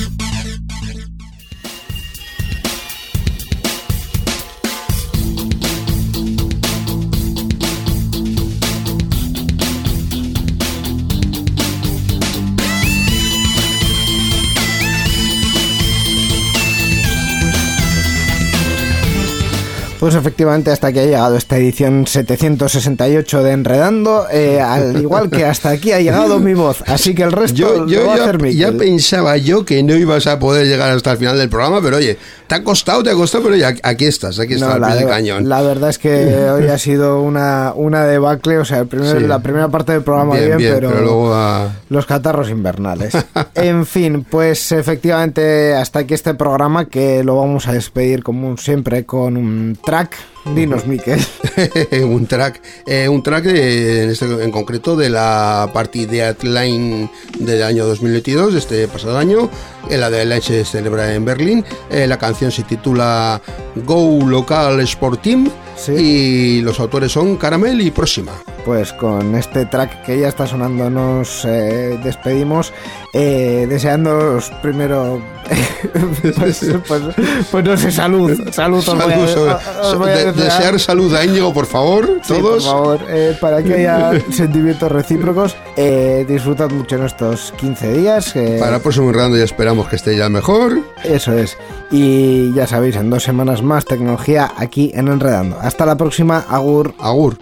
[SPEAKER 3] Pues efectivamente hasta aquí ha llegado esta edición setecientos sesenta y ocho de Enredando, eh, al igual que hasta aquí ha llegado mi voz, así que el resto
[SPEAKER 4] Yo,
[SPEAKER 3] lo
[SPEAKER 4] yo
[SPEAKER 3] va a
[SPEAKER 4] ya,
[SPEAKER 3] hacer
[SPEAKER 4] ya
[SPEAKER 3] Miquel.
[SPEAKER 4] pensaba yo que no ibas a poder llegar hasta el final del programa, pero oye, te ha costado, te ha costado, pero ya, aquí estás, aquí estás,
[SPEAKER 3] No,
[SPEAKER 4] al
[SPEAKER 3] la,
[SPEAKER 4] pie del
[SPEAKER 3] de-
[SPEAKER 4] cañón.
[SPEAKER 3] la verdad es que hoy ha sido una, una debacle, o sea, el primer-
[SPEAKER 4] Sí.
[SPEAKER 3] la primera parte del programa
[SPEAKER 4] Bien,
[SPEAKER 3] bien,
[SPEAKER 4] bien,
[SPEAKER 3] pero,
[SPEAKER 4] pero luego a-
[SPEAKER 3] los catarros invernales. En fin, pues efectivamente hasta aquí este programa, que lo vamos a despedir como siempre con un track. Dinos, Miquel.
[SPEAKER 4] un track, eh, un track de, en, este, en concreto de la Party Deadline del año dos mil veintidós, este pasado año. Eh, la Deadline se celebra en Berlín. Eh, la canción se titula Go Local Sport Team.
[SPEAKER 3] Sí.
[SPEAKER 4] Y los autores son Caramel y Próxima.
[SPEAKER 3] Pues con este track que ya está sonando nos eh, despedimos, eh, deseándoos primero pues, pues, pues no sé, salud salud, os voy a-
[SPEAKER 4] Salud,
[SPEAKER 3] os voy a
[SPEAKER 4] de-
[SPEAKER 3] desear.
[SPEAKER 4] desear salud a Íñigo, por favor,
[SPEAKER 3] Sí,
[SPEAKER 4] todos.
[SPEAKER 3] por favor, eh, para que haya sentimientos recíprocos. Eh, disfrutad mucho en estos quince días, eh,
[SPEAKER 4] Para el próximo Enredando ya esperamos que esté ya mejor.
[SPEAKER 3] eso es, y ya sabéis, en dos semanas más tecnología aquí en Enredando. Hasta la próxima, agur.
[SPEAKER 4] Agur.